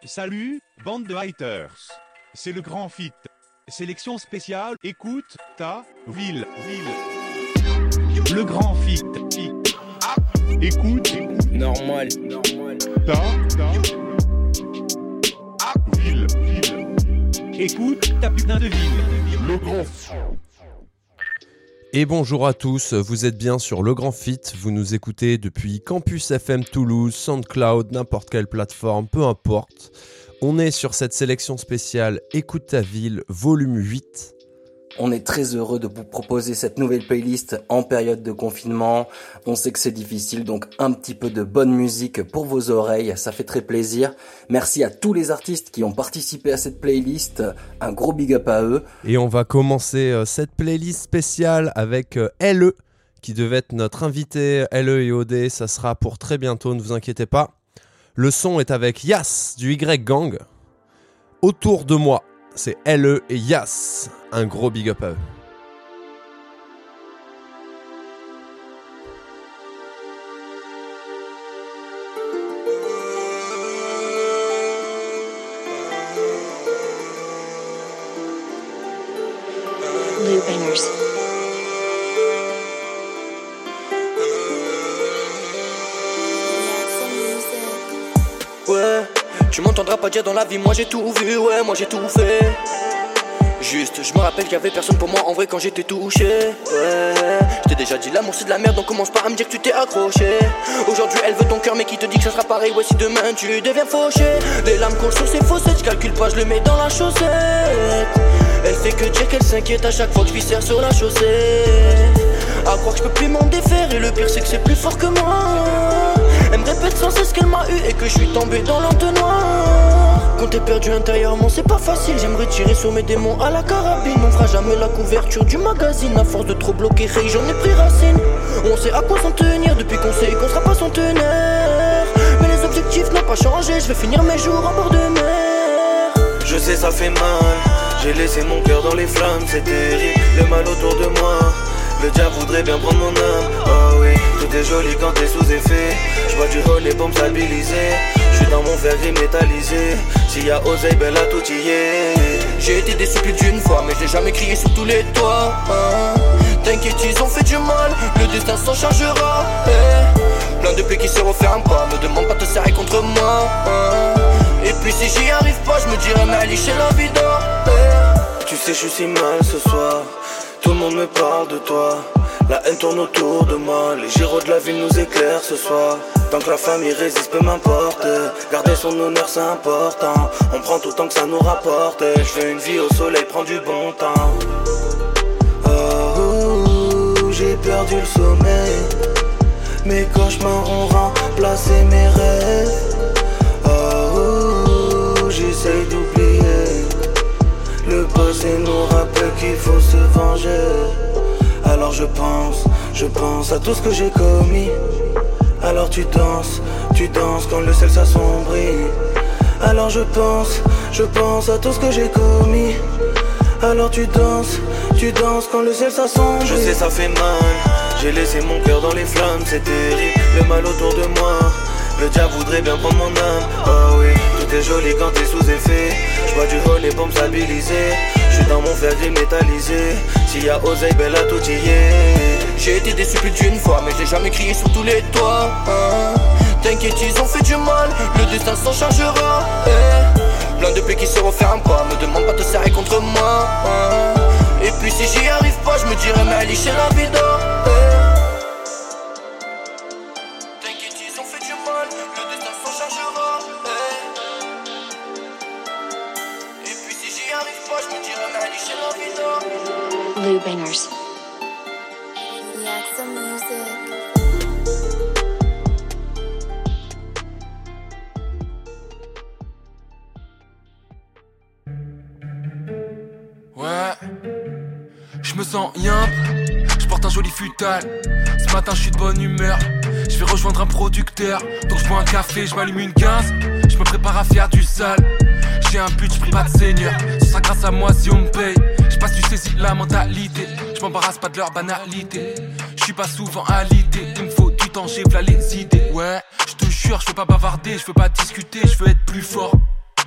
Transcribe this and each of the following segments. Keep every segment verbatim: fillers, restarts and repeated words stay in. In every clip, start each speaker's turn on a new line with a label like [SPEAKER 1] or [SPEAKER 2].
[SPEAKER 1] Salut, bande de haters. C'est le grand fit. Sélection spéciale, écoute ta ville. ville. Le grand fit. fit. Ah, écoute, écoute.
[SPEAKER 2] Normal. Normal.
[SPEAKER 1] Ta, ta. Ah, ville. ville. Écoute ta putain de ville. Le grand fit.
[SPEAKER 3] Et bonjour à tous, vous êtes bien sur Le Grand Fit, vous nous écoutez depuis Campus F M Toulouse, SoundCloud, n'importe quelle plateforme, peu importe. On est sur cette sélection spéciale Écoute ta ville, volume huit.
[SPEAKER 2] On est très heureux de vous proposer cette nouvelle playlist en période de confinement. On sait que c'est difficile, donc un petit peu de bonne musique pour vos oreilles, ça fait très plaisir. Merci à tous les artistes qui ont participé à cette playlist, un gros big up à eux.
[SPEAKER 3] Et on va commencer euh, cette playlist spéciale avec euh, L E, qui devait être notre invité. L E et O D, ça sera pour très bientôt, ne vous inquiétez pas. Le son est avec Yas du Y Gang. Autour de moi, c'est L E et Yas. Un gros big up à eux.
[SPEAKER 4] Blue Bangers.
[SPEAKER 5] Ouais, tu m'entendras pas dire dans la vie, moi j'ai tout vu, ouais, moi j'ai tout fait. Juste, je me rappelle qu'il y avait personne pour moi en vrai quand j'étais touché. Ouais, je t'ai déjà dit l'amour c'est de la merde, donc commence pas à me dire que tu t'es accroché. Aujourd'hui elle veut ton cœur mais qui te dit que ça sera pareil, ouais si demain tu deviens fauché. Les larmes coulent sur ses faussettes, je calcule pas, je le mets dans la chaussette. Elle fait que dire qu'elle s'inquiète à chaque fois que je lui serre sur la chaussée. À croire que je peux plus m'en défaire et le pire c'est que c'est plus fort que moi. Elle me répète sans cesse qu'elle m'a eu et que je suis tombé dans l'entonnoir. Quand t'es perdu intérieurement c'est pas facile. J'aimerais tirer sur mes démons à la carabine. On fera jamais la couverture du magazine. À force de trop bloquer, hey, j'en ai pris racine. On sait à quoi s'en tenir depuis qu'on sait qu'on sera pas centenaire. Mais les objectifs n'ont pas changé. Je vais finir mes jours en bord de mer.
[SPEAKER 6] Je sais ça fait mal. J'ai laissé mon cœur dans les flammes. C'est terrible, le mal autour de moi. Le diable voudrait bien prendre mon âme. Oh oui, tout est joli quand t'es sous effet. J'bois du Holy pour me stabiliser. J'suis dans mon verre gris métallisé. S'il y a oseille, belle à tout y est.
[SPEAKER 5] J'ai été déçu plus d'une fois, mais j'ai jamais crié sur tous les toits, hein. T'inquiète, ils ont fait du mal, le destin s'en chargera, eh. Plein de plaies qui se referment pas, me demande pas de te serrer contre moi, hein. Et puis si j'y arrive pas, je me dirais mais allez chez la vida, eh.
[SPEAKER 6] Tu sais je suis si mal ce soir. Tout le monde me parle de toi. La haine tourne autour de moi. Les gyros de la ville nous éclairent ce soir. Tant que la famille résiste, peu m'importe. Garder son honneur c'est important. On prend tout le temps que ça nous rapporte. Je veux une vie au soleil, prends du bon temps. Oh, j'ai perdu le sommeil. Mes cauchemars ont remplacé mes rêves. Oh, j'essaye d'oublier. Le passé nous rappelle qu'il faut se venger. Alors je pense, je pense à tout ce que j'ai commis. Alors tu danses, tu danses quand le ciel s'assombrit. Alors je pense, je pense à tout ce que j'ai commis. Alors tu danses, tu danses quand le ciel s'assombrit. Je sais ça fait mal, j'ai laissé mon cœur dans les flammes. C'est terrible, le mal autour de moi. Le diable voudrait bien prendre mon âme. Oh oui, tout est joli quand t'es sous effet. J'bois du Holy pour me stabiliser. J'suis dans mon verre gris métallisé. S'il y a oseille, belle à tout y est.
[SPEAKER 5] J'ai été déçu plus d'une fois, mais j'ai jamais crié sur tous les toits, hein. T'inquiète, ils ont fait du mal, le destin s'en chargera, eh. Plein de plaies qui se referment pas, me demande pas de te serrer contre moi, hein. Et puis si j'y arrive pas, je me dirais mais allez chez la vida, eh.
[SPEAKER 4] Blue Bangers.
[SPEAKER 7] Like some music.
[SPEAKER 8] Ouais, je me sens yimp, je porte un joli futal. Ce matin je suis de bonne humeur, je vais rejoindre un producteur. Donc je bois un café, je m'allume une quinze. Je me prépare à faire du sale. J'ai un but, je prie pas de seigneur. Ce sera grâce à moi si on me paye. Je passe tu saisis la mentalité. Je m'embarrasse pas de leur banalité. Je suis pas souvent alité. Il me faut du temps, j'ai v'là les idées. Ouais, je te jure, je veux pas bavarder, je veux pas discuter, je veux être plus fort.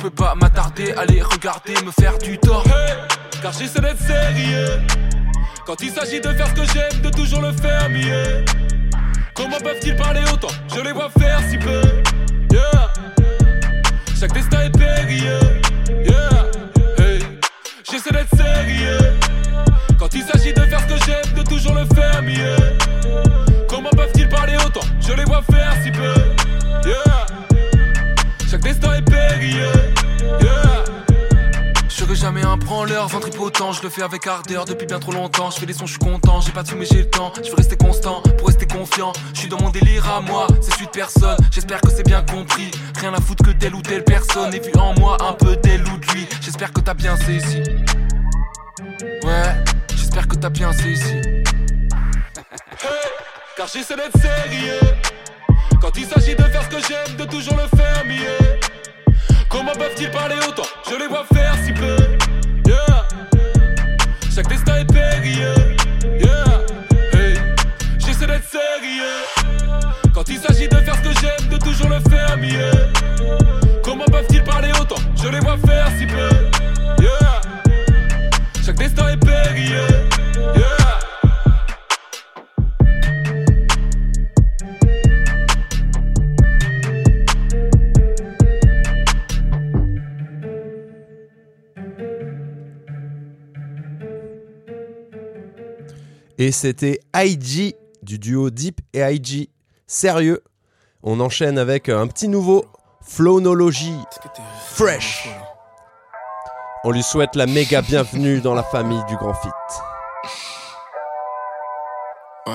[SPEAKER 8] peux pas m'attarder, aller regarder, me faire du tort. Hey, car j'essaie d'être sérieux. Quand il s'agit de faire ce que j'aime, de toujours le faire mieux. Comment peuvent-ils parler autant? Je les vois faire si peu. Yeah. Chaque destin est périlleux. Yeah. Hey. J'essaie d'être sérieux. Quand il s'agit de faire ce que j'aime, de toujours le faire mieux. Comment peuvent-ils parler autant? Je les vois faire si peu. Yeah. Chaque destin est périlleux. Yeah. Je serai jamais un branleur, ventripotent, je le fais avec ardeur depuis bien trop longtemps. Je fais des sons, je suis content, j'ai pas de sous mais j'ai le temps. Je veux rester constant, pour rester confiant. Je suis dans mon délire à moi, c'est celui de personne. J'espère que c'est bien compris, rien à foutre que telle ou telle personne ait vu en moi un peu d'elle ou de lui. J'espère que t'as bien saisi. Ouais, j'espère que t'as bien saisi. Hey, car j'essaie d'être sérieux. Quand il s'agit de faire ce que j'aime, de toujours le faire mieux. Comment peuvent-ils parler autant? Je les vois faire si peu. Yeah. Chaque destin est périlleux. Yeah. Hey. J'essaie d'être sérieux. Quand il s'agit de faire ce que j'aime, de toujours le faire mieux. Comment peuvent-ils parler autant? Je les vois faire si peu. Yeah. Chaque destin est périlleux. Yeah.
[SPEAKER 3] Et c'était I G du duo Deep et I G. Sérieux. On enchaîne avec un petit nouveau, Flownology Fresh. On lui souhaite la méga bienvenue dans la famille du Grand Fit.
[SPEAKER 7] Ouais.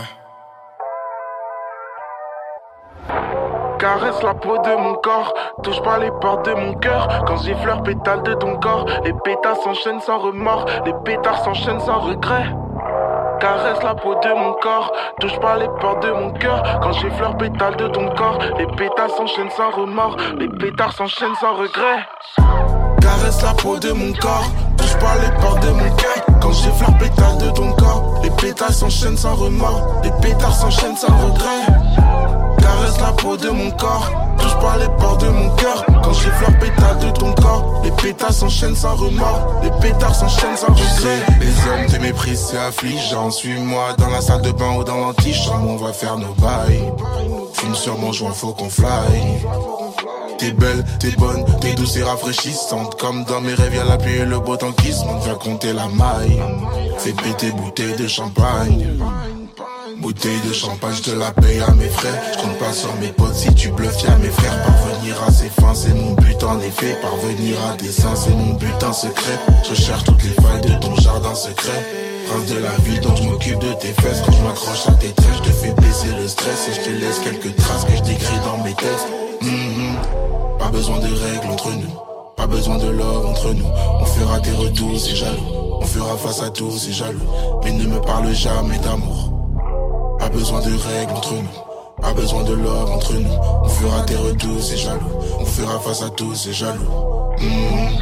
[SPEAKER 7] Caresse la peau de mon corps, touche pas les portes de mon cœur. Quand j'effleure pétale de ton corps, les pétards s'enchaînent sans remords, les pétards s'enchaînent sans regret. Caresse la peau de mon corps, touche pas les portes de mon cœur. Quand j'effleure pétale de ton corps, les pétards s'enchaînent sans remords, les pétards s'enchaînent sans regret. Caresse la peau de mon corps, touche pas les portes de mon cœur. Quand j'effleure pétale de ton corps, les pétards s'enchaînent sans remords, les pétards s'enchaînent sans regret. Caresse la peau de mon corps, touche pas les portes de mon cœur. Quand j'effleure pétale de ton corps, les pétards s'enchaînent sans remords, les pétards s'enchaînent sans regret. Les hommes te méprisent, c'est affligeant. Suis-moi dans la salle de bain ou dans l'antichambre, on va faire nos bails. Fume sur mon joint, faut qu'on fly. T'es belle, t'es bonne, t'es douce et rafraîchissante. Comme dans mes rêves, y'a la pluie et le beau temps qui se monte. Viens compter la maille, fais péter bouteille de champagne. Bouteille de champagne, je te la paye à mes frais. Je compte pas sur mes potes, si tu bluffes, y'a mes frères. Parvenir à ses fins, c'est mon but en effet. Parvenir à tes seins, c'est mon but en secret. Je cherche toutes les failles de ton jardin secret. Prince de la ville, donc je m'occupe de tes fesses. Quand je m'accroche à tes traits, je te fais baisser le stress. Et je te laisse quelques traces que je décris dans mes textes. Mm-hmm. Pas besoin de règles entre nous, pas besoin de l'or entre nous. On fera tes retours, c'est jaloux. On fera face à tous, c'est jaloux. Mais ne me parle jamais d'amour. Pas besoin de règles entre nous, pas besoin de l'or entre nous. On fera tes retours, c'est jaloux. On fera face à tous, c'est jaloux. Mmh.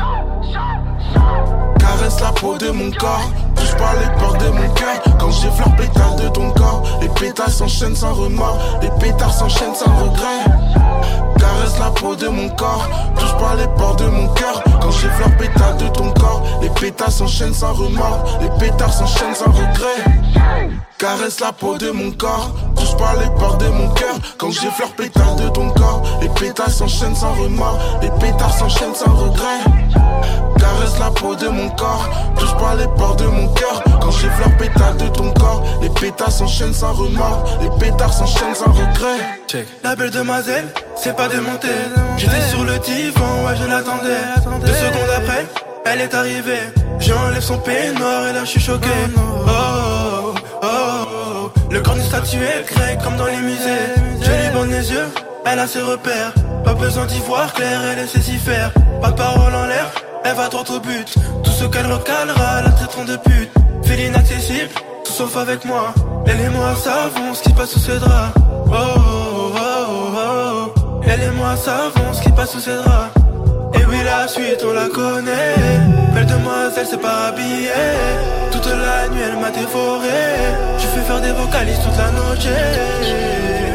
[SPEAKER 7] Caresse la peau de mon corps, touche pas les portes de mon cœur. Quand j'effleure pétale de ton corps, les pétards s'enchaînent sans remords, les pétards s'enchaînent sans regret. Caresse la peau de mon corps, touche pas les portes de mon cœur. Quand j'effleure pétale de ton corps, les pétards s'enchaînent sans remords, les pétards s'enchaînent sans regret. Caresse la peau de mon corps, touche pas les portes de mon cœur. Quand j'effleure pétale de ton corps, les pétards s'enchaînent sans remords, les pétards s'enchaînent sans regret. Caresse la peau de mon corps, touche pas les portes de mon cœur. Quand j'effleure pétale de ton corps, les pétards s'enchaînent sans remords, les pétards s'enchaînent sans regret. Check. La belle demoiselle, c'est pas démonté. J'étais sur le divan, ouais je l'attendais. Deux secondes après, elle est arrivée. J'enlève son peignoir et là je suis choqué. Oh, oh, oh, oh. Le corps d'une statue est grec comme dans les musées. Je lui bande les yeux, elle a ses repères. Pas besoin d'y voir clair, elle sait s'y faire. Pas de parole en l'air, elle va droit au but. Tout ce qu'elle recalera, la traitant de pute. Fille inaccessible, tout sauf avec moi. Elle et moi savons ce qui passe sous ses draps. Oh, oh, oh, oh, oh. Elle et moi savons ce qui passe sous ses draps. Et oui, la suite on la connaît. Belle demoiselle s'est pas habillée. Toute la nuit elle m'a dévoré. Je fais faire des vocalises toute la noche.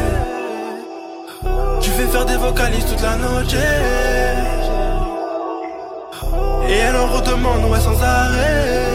[SPEAKER 7] Je fais faire des vocalises toute la noche.
[SPEAKER 6] Et elle en redemande, ouais, sans arrêt.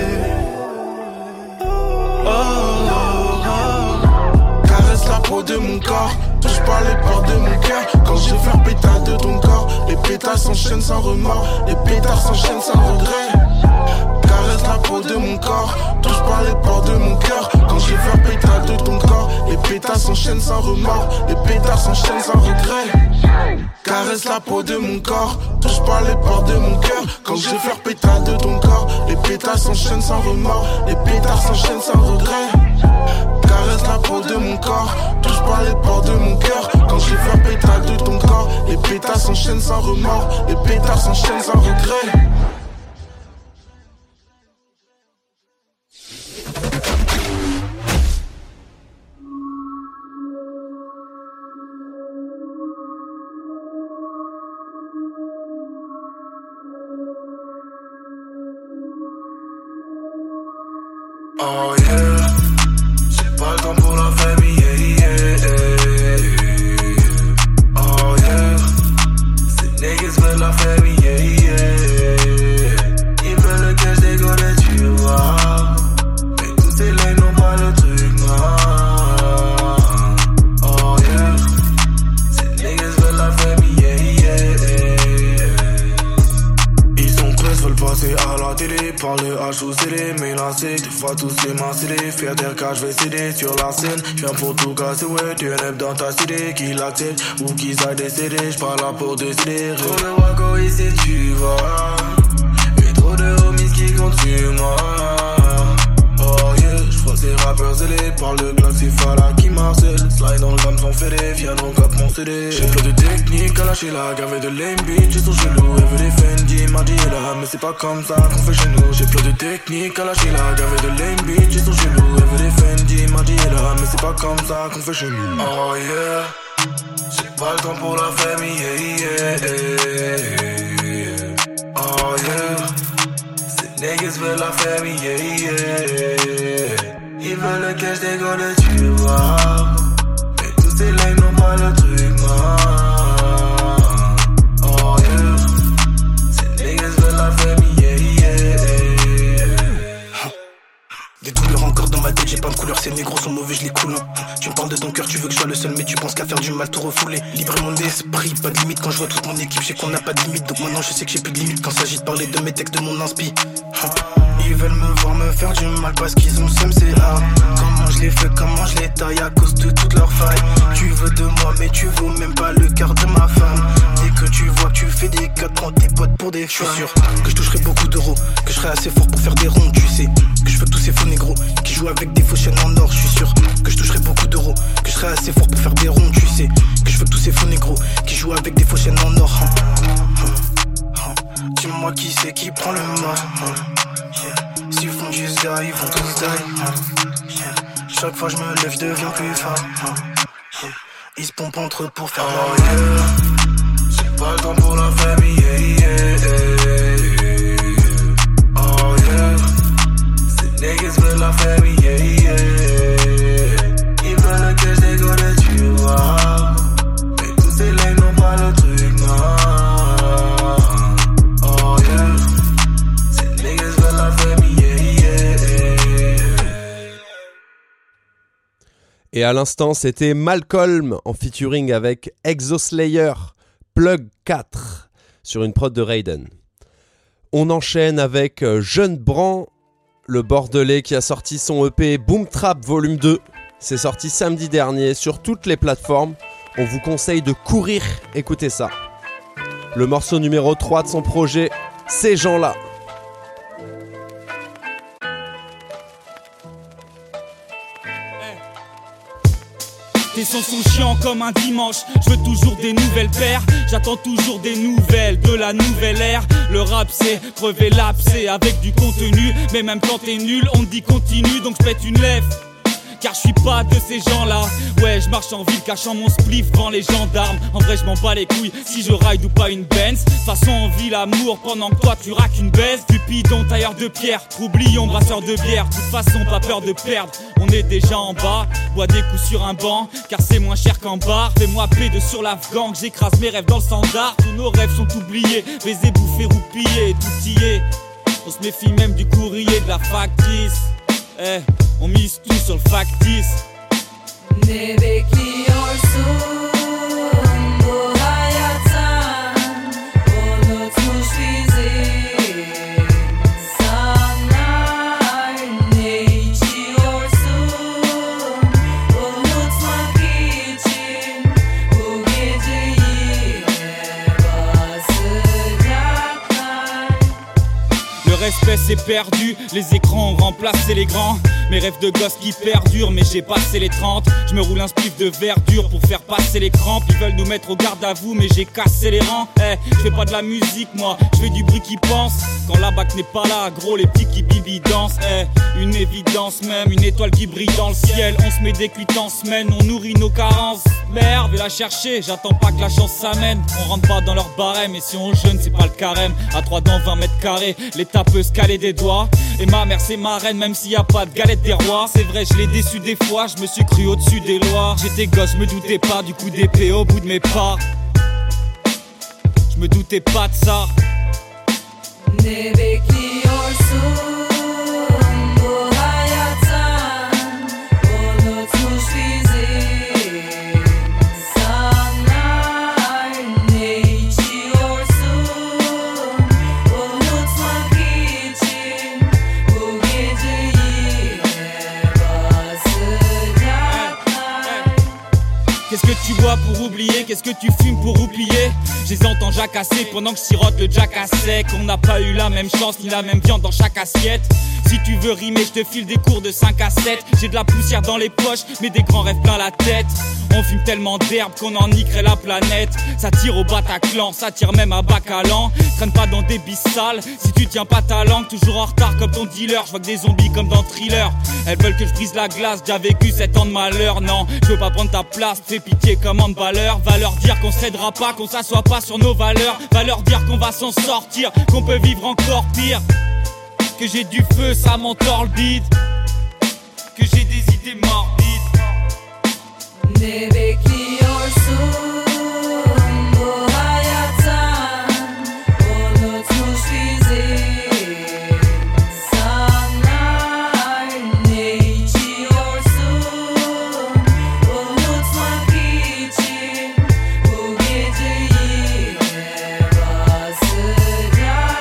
[SPEAKER 6] Oh, oh, oh. Caresse la peau de mon corps, touche pas les portes de mon cœur. Quand j'ai fleur pétale de ton corps, les pétales s'enchaînent sans remords, les pétards s'enchaînent sans regret. Caresse la peau de mon corps, touche pas les portes de mon cœur. Quand j'ai fleur pétale de ton corps, les pétales s'enchaînent sans remords, les pétards s'enchaînent sans regret. Caresse la peau de mon corps, touche pas les portes de mon cœur. Quand j'ai fleur pétale de ton corps, les pétales s'enchaînent sans remords, les pétards s'enchaînent sans regret. Caresse la peau de mon corps, touche pas les portes de mon cœur. Quand j'ai fleur pétale de ton corps, les pétales s'enchaînent sans remords, les pétards s'enchaînent sans regret.
[SPEAKER 9] Oh yeah, j'ai pas le temps pour la famille, yeah, yeah, yeah. Oh yeah, ces niggas veulent la famille, yeah, yeah. Ils veulent le cash des gars de tu vois. Mais tous ces lanes n'ont pas le truc, non. Oh yeah, ces niggas veulent la famille, yeah, yeah. Ils sont prêts, veulent passer à la télé, parler à H O C D, menacés, des fois tous les mains scellées, faire des cas, je vais céder sur la scène, je viens pour tout casser, ouais, tu es dans ta cité, qu'ils l'acceptent ou qu'ils aillent décéder, je parle là pour décider. Trop de wago ici tu vois, et trop de homies qui comptent sur moi. Oh yeah, je vois ces rappeurs zélés, parle de glace, c'est Fala qui marcelle, slide dans le game sans fédé, viens donc cap mon C D. J'ai plein de techniques à lâcher là, gavé de lame bitch, ils sont chelous, elle veut des Fendi, m'a dit là, mais c'est pas comme ça qu'on fait chez nous. J'ai plein de techniques à lâcher là, gavé de lame bitch, ils sont chelous, elle veut des Fendi, m'a dit là, mais c'est pas comme ça qu'on fait chez nous. Oh yeah, j'ai pas le temps pour la famille, yeah, yeah, yeah. Oh yeah, ces niggas veulent la famille, yeah, yeah. Ils veulent le cash des gars de tu vois. Mais tous ces lanes n'ont pas le truc, man. Oh yeah, ces niggas veulent la famille, yeah, yeah.
[SPEAKER 6] Des douleurs encore dans ma tête, j'ai pas de couleur, ces négros sont mauvais, je les coule. Tu me parles de ton cœur, tu veux que je sois le seul, mais tu penses qu'à faire du mal, tout refouler. Libre mon esprit, pas de limite quand je vois toute mon équipe, je sais qu'on n'a pas de limite, donc maintenant je sais que j'ai plus de limite quand s'agit de parler de mes textes, de mon inspi. Ils veulent me voir me faire du mal parce qu'ils ont seum, c'est hard. Comment je les fais, comment je les taille à cause de toutes leurs failles. Tu veux de moi mais tu vaux même pas le quart de ma femme. Dès que tu vois que tu fais des cas, prends tes potes pour des fins. Je suis sûr que je toucherai beaucoup d'euros, que je serai assez fort pour faire des ronds. Tu sais que je veux tous ces faux négros qui jouent avec des faux chaînes en or. Je suis sûr que je toucherai beaucoup d'euros, que je serai assez fort pour faire des ronds. Tu sais que je veux tous ces faux négros qui jouent avec des faux chaînes en or. Dis-moi qui c'est qui prend le mal. S'ils font du sky, ils vont tous die. Chaque fois je me lève, je deviens plus fort. Ils se pompent entre eux pour faire
[SPEAKER 9] oh yeah, j'ai pas le temps pour la famille, yeah, yeah. Oh yeah, ces niggas veulent la famille, yeah, yeah. Ils veulent le cash des gars de tu vois. Mais tous ces lanes n'ont pas le truc, non. Oh yeah, ces niggas veulent la famille, yeah, yeah.
[SPEAKER 3] Et à l'instant, c'était Malcolm en featuring avec Exoslayer, Plug quatre, sur une prod de Raiden. On enchaîne avec Jeune Bran, le Bordelais qui a sorti son E P Boom Trap Volume deux. C'est sorti samedi dernier sur toutes les plateformes. On vous conseille de courir écouter ça. Le morceau numéro trois de son projet, Ces gens-là.
[SPEAKER 10] Tes sons sont chiants comme un dimanche. Je veux toujours des nouvelles paires. J'attends toujours des nouvelles de la nouvelle ère. Le rap c'est crever l'abcès avec du contenu. Mais même quand t'es nul on te dit continue. Donc je pète une lèvre car je suis pas de ces gens-là. Ouais, je marche en ville cachant mon spliff devant les gendarmes. En vrai je m'en bats les couilles si je ride ou pas une Benz. Façon on vit l'amour pendant que toi tu raques une baisse. Cupidon, tailleur de pierre, troublion, brasseur de bière. De toute façon pas peur de perdre, on est déjà en bas. Bois des coups sur un banc, car c'est moins cher qu'en bar. Fais-moi paix de sur l'Afghan, que j'écrase mes rêves dans le standard. Tous nos rêves sont oubliés, baiser bouffé fait roupiller, tout y est. On se méfie même du courrier, de la factice. Eh, on mise tout sur le factice.
[SPEAKER 11] Ne bekliyorsun bu hayattan, unutmuş bizi insanlar. Ne içiyorsun unutmak için bu gece yine basacaklar.
[SPEAKER 10] Le respect c'est perdu, les écrans ont remplacé les grands. Mes rêves de gosse qui perdurent, mais j'ai passé les trente. Je me roule un spliff de verdure pour faire passer les crampes. Ils veulent nous mettre au garde à vous, mais j'ai cassé les rangs. Eh, hey, je fais pas de la musique moi, je fais du bruit qui pense. Quand la bac n'est pas là, gros les petits qui bibi dansent. Eh, hey, une évidence même, une étoile qui brille dans le ciel. On se met des cuites en semaine, on nourrit nos carences. Merde, vais la chercher, j'attends pas que la chance s'amène. On rentre pas dans leur barème, et si on jeûne c'est pas le carême. À trois dans vingt mètres carrés, l'état peut se caler des doigts. Et ma mère c'est ma reine, même s'il y a pas de galette des rois. C'est vrai, je l'ai déçu des fois, je me suis cru au-dessus des lois. J'étais gosse, je me doutais pas du coup d'épée au bout de mes pas. Je me doutais pas de ça.
[SPEAKER 11] Ne bekliyorsun bu hayattan, unutmuş bizi insanlar. Ne içiyorsun unutmak için bu gece yine basacaklar.
[SPEAKER 10] Qu'est-ce que tu bois pour oublier? Qu'est-ce que tu fumes pour oublier? Je les entends jacasser pendant que je sirote le jack à sec. On n'a pas eu la même chance ni la même viande dans chaque assiette. Si tu veux rimer, je te file des cours de cinq à sept. J'ai de la poussière dans les poches, mais des grands rêves plein la tête. On fume tellement d'herbe qu'on en niquerait la planète. Ça tire au Bataclan, ça tire même à Bacalan. Traîne pas dans des bis sales, si tu tiens pas ta langue. Toujours en retard comme ton dealer, je vois que des zombies comme dans Thriller. Elles veulent que je brise la glace, j'ai vécu sept ans de malheur. Non, je veux pas prendre ta place, fais pitié comme handballeur. Va leur dire qu'on cédera pas, qu'on s'assoit pas sur nos valeurs. Va leur dire qu'on va s'en sortir, qu'on peut vivre encore pire. Que j'ai du feu, ça m'entend le bide. Que j'ai des idées morbides.
[SPEAKER 11] Ne bekliyorsun bu hayattan, unutmuş bizi insanlar. Ne içiyorsun unutmak için bu gece yine basacaklar.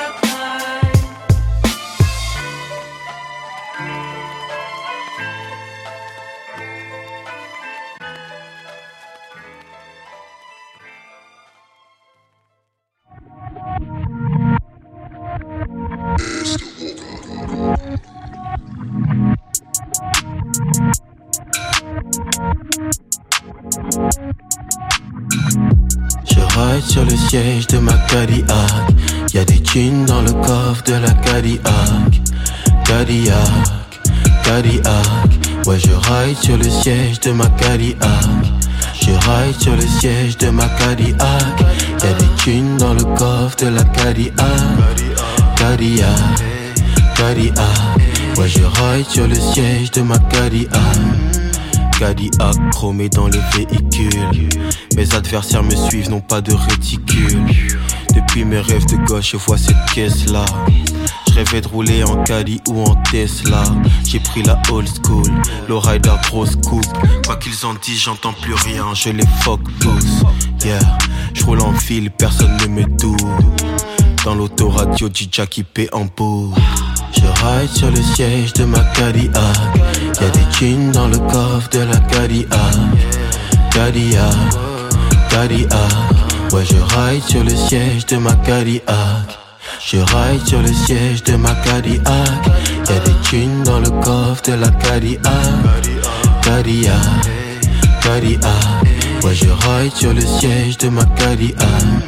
[SPEAKER 6] Je ride sur le siège de ma Cadillac. Y'a des thunes dans le coffre de la Cadillac. Cadillac, Cadillac. Ouais, je ride sur le siège de ma Cadillac. Je ride sur le siège de ma Cadillac. Y'a des thunes dans le coffre de la Cadillac. Cadillac, Cadillac. Ouais, je ride sur le siège de ma Cadillac. Cadillac chromé dans le véhicule. Mes adversaires me suivent, n'ont pas de réticule. Depuis mes rêves de gauche, je vois cette caisse-là. Je rêvais de rouler en Caddy ou en Tesla. J'ai pris la old school, l'oreille de la grosse coupe. Quoi qu'ils en disent, j'entends plus rien, je les fuck tous. Yeah, je roule en file, personne ne me doute. Dans l'autoradio du Jackie P en boucle. Je ride sur le siège de ma Cadillac. Y'a des jeans dans le coffre de la Cadillac. Cadillac, Cadillac. Ouais, je ride sur le siège de ma Cadillac. Je ride sur le siège de ma Cadillac. Y'a des jeans dans le coffre de la Cadillac. Cadillac, Cadillac. Ouais, je ride sur le siège de ma Cadillac.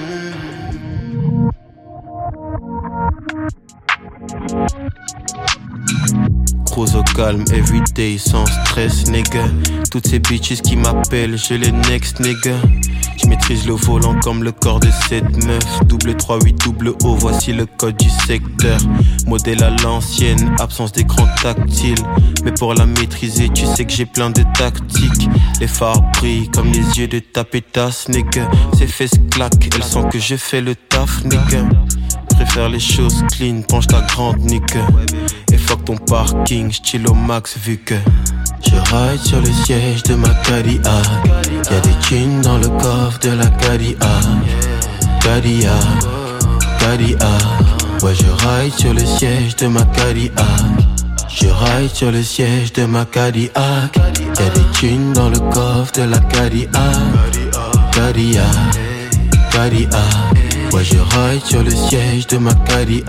[SPEAKER 6] Cruise au calme, everyday, sans stress, nigga. Toutes ces bitches qui m'appellent, je les next, nigga. Je maîtrise le volant comme le corps de cette meuf. Double trois huit double O, voici le code du secteur. Modèle à l'ancienne, absence d'écran tactile. Mais pour la maîtriser, tu sais que j'ai plein de tactiques. Les phares brillent comme les yeux de ta pétasse, nigga. Ses fesses claquent, elles sentent que je fais le taf, nigga.
[SPEAKER 12] j'préfère les choses clean, penche ta grande nique. Et fuck ton parking, j'chill au max vu que je ride sur le siège de ma Cadillac. Y'a des jeans dans le coffre de la Cadillac. Cadillac, Cadillac. Ouais, je ride sur le siège de ma Cadillac. Je ride sur le siège de ma Cadillac. Y'a des jeans dans le coffre de la Cadillac. Cadillac, Cadillac. Ouais, je ride sur le siège de ma Cadillac.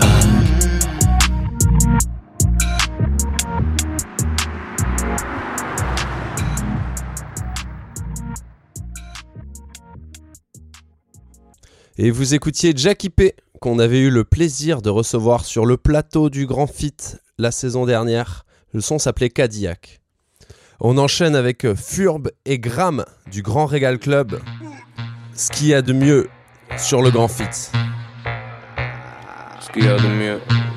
[SPEAKER 3] Et vous écoutiez Jackie P, qu'on avait eu le plaisir de recevoir sur le plateau du Grand Fit la saison dernière. Le son s'appelait Cadillac. On enchaîne avec Furb et Gram du Grand Régal Club. Ce qu'il y a de mieux sur le Grand Fit.
[SPEAKER 13] Ce qu'il y a de mieux.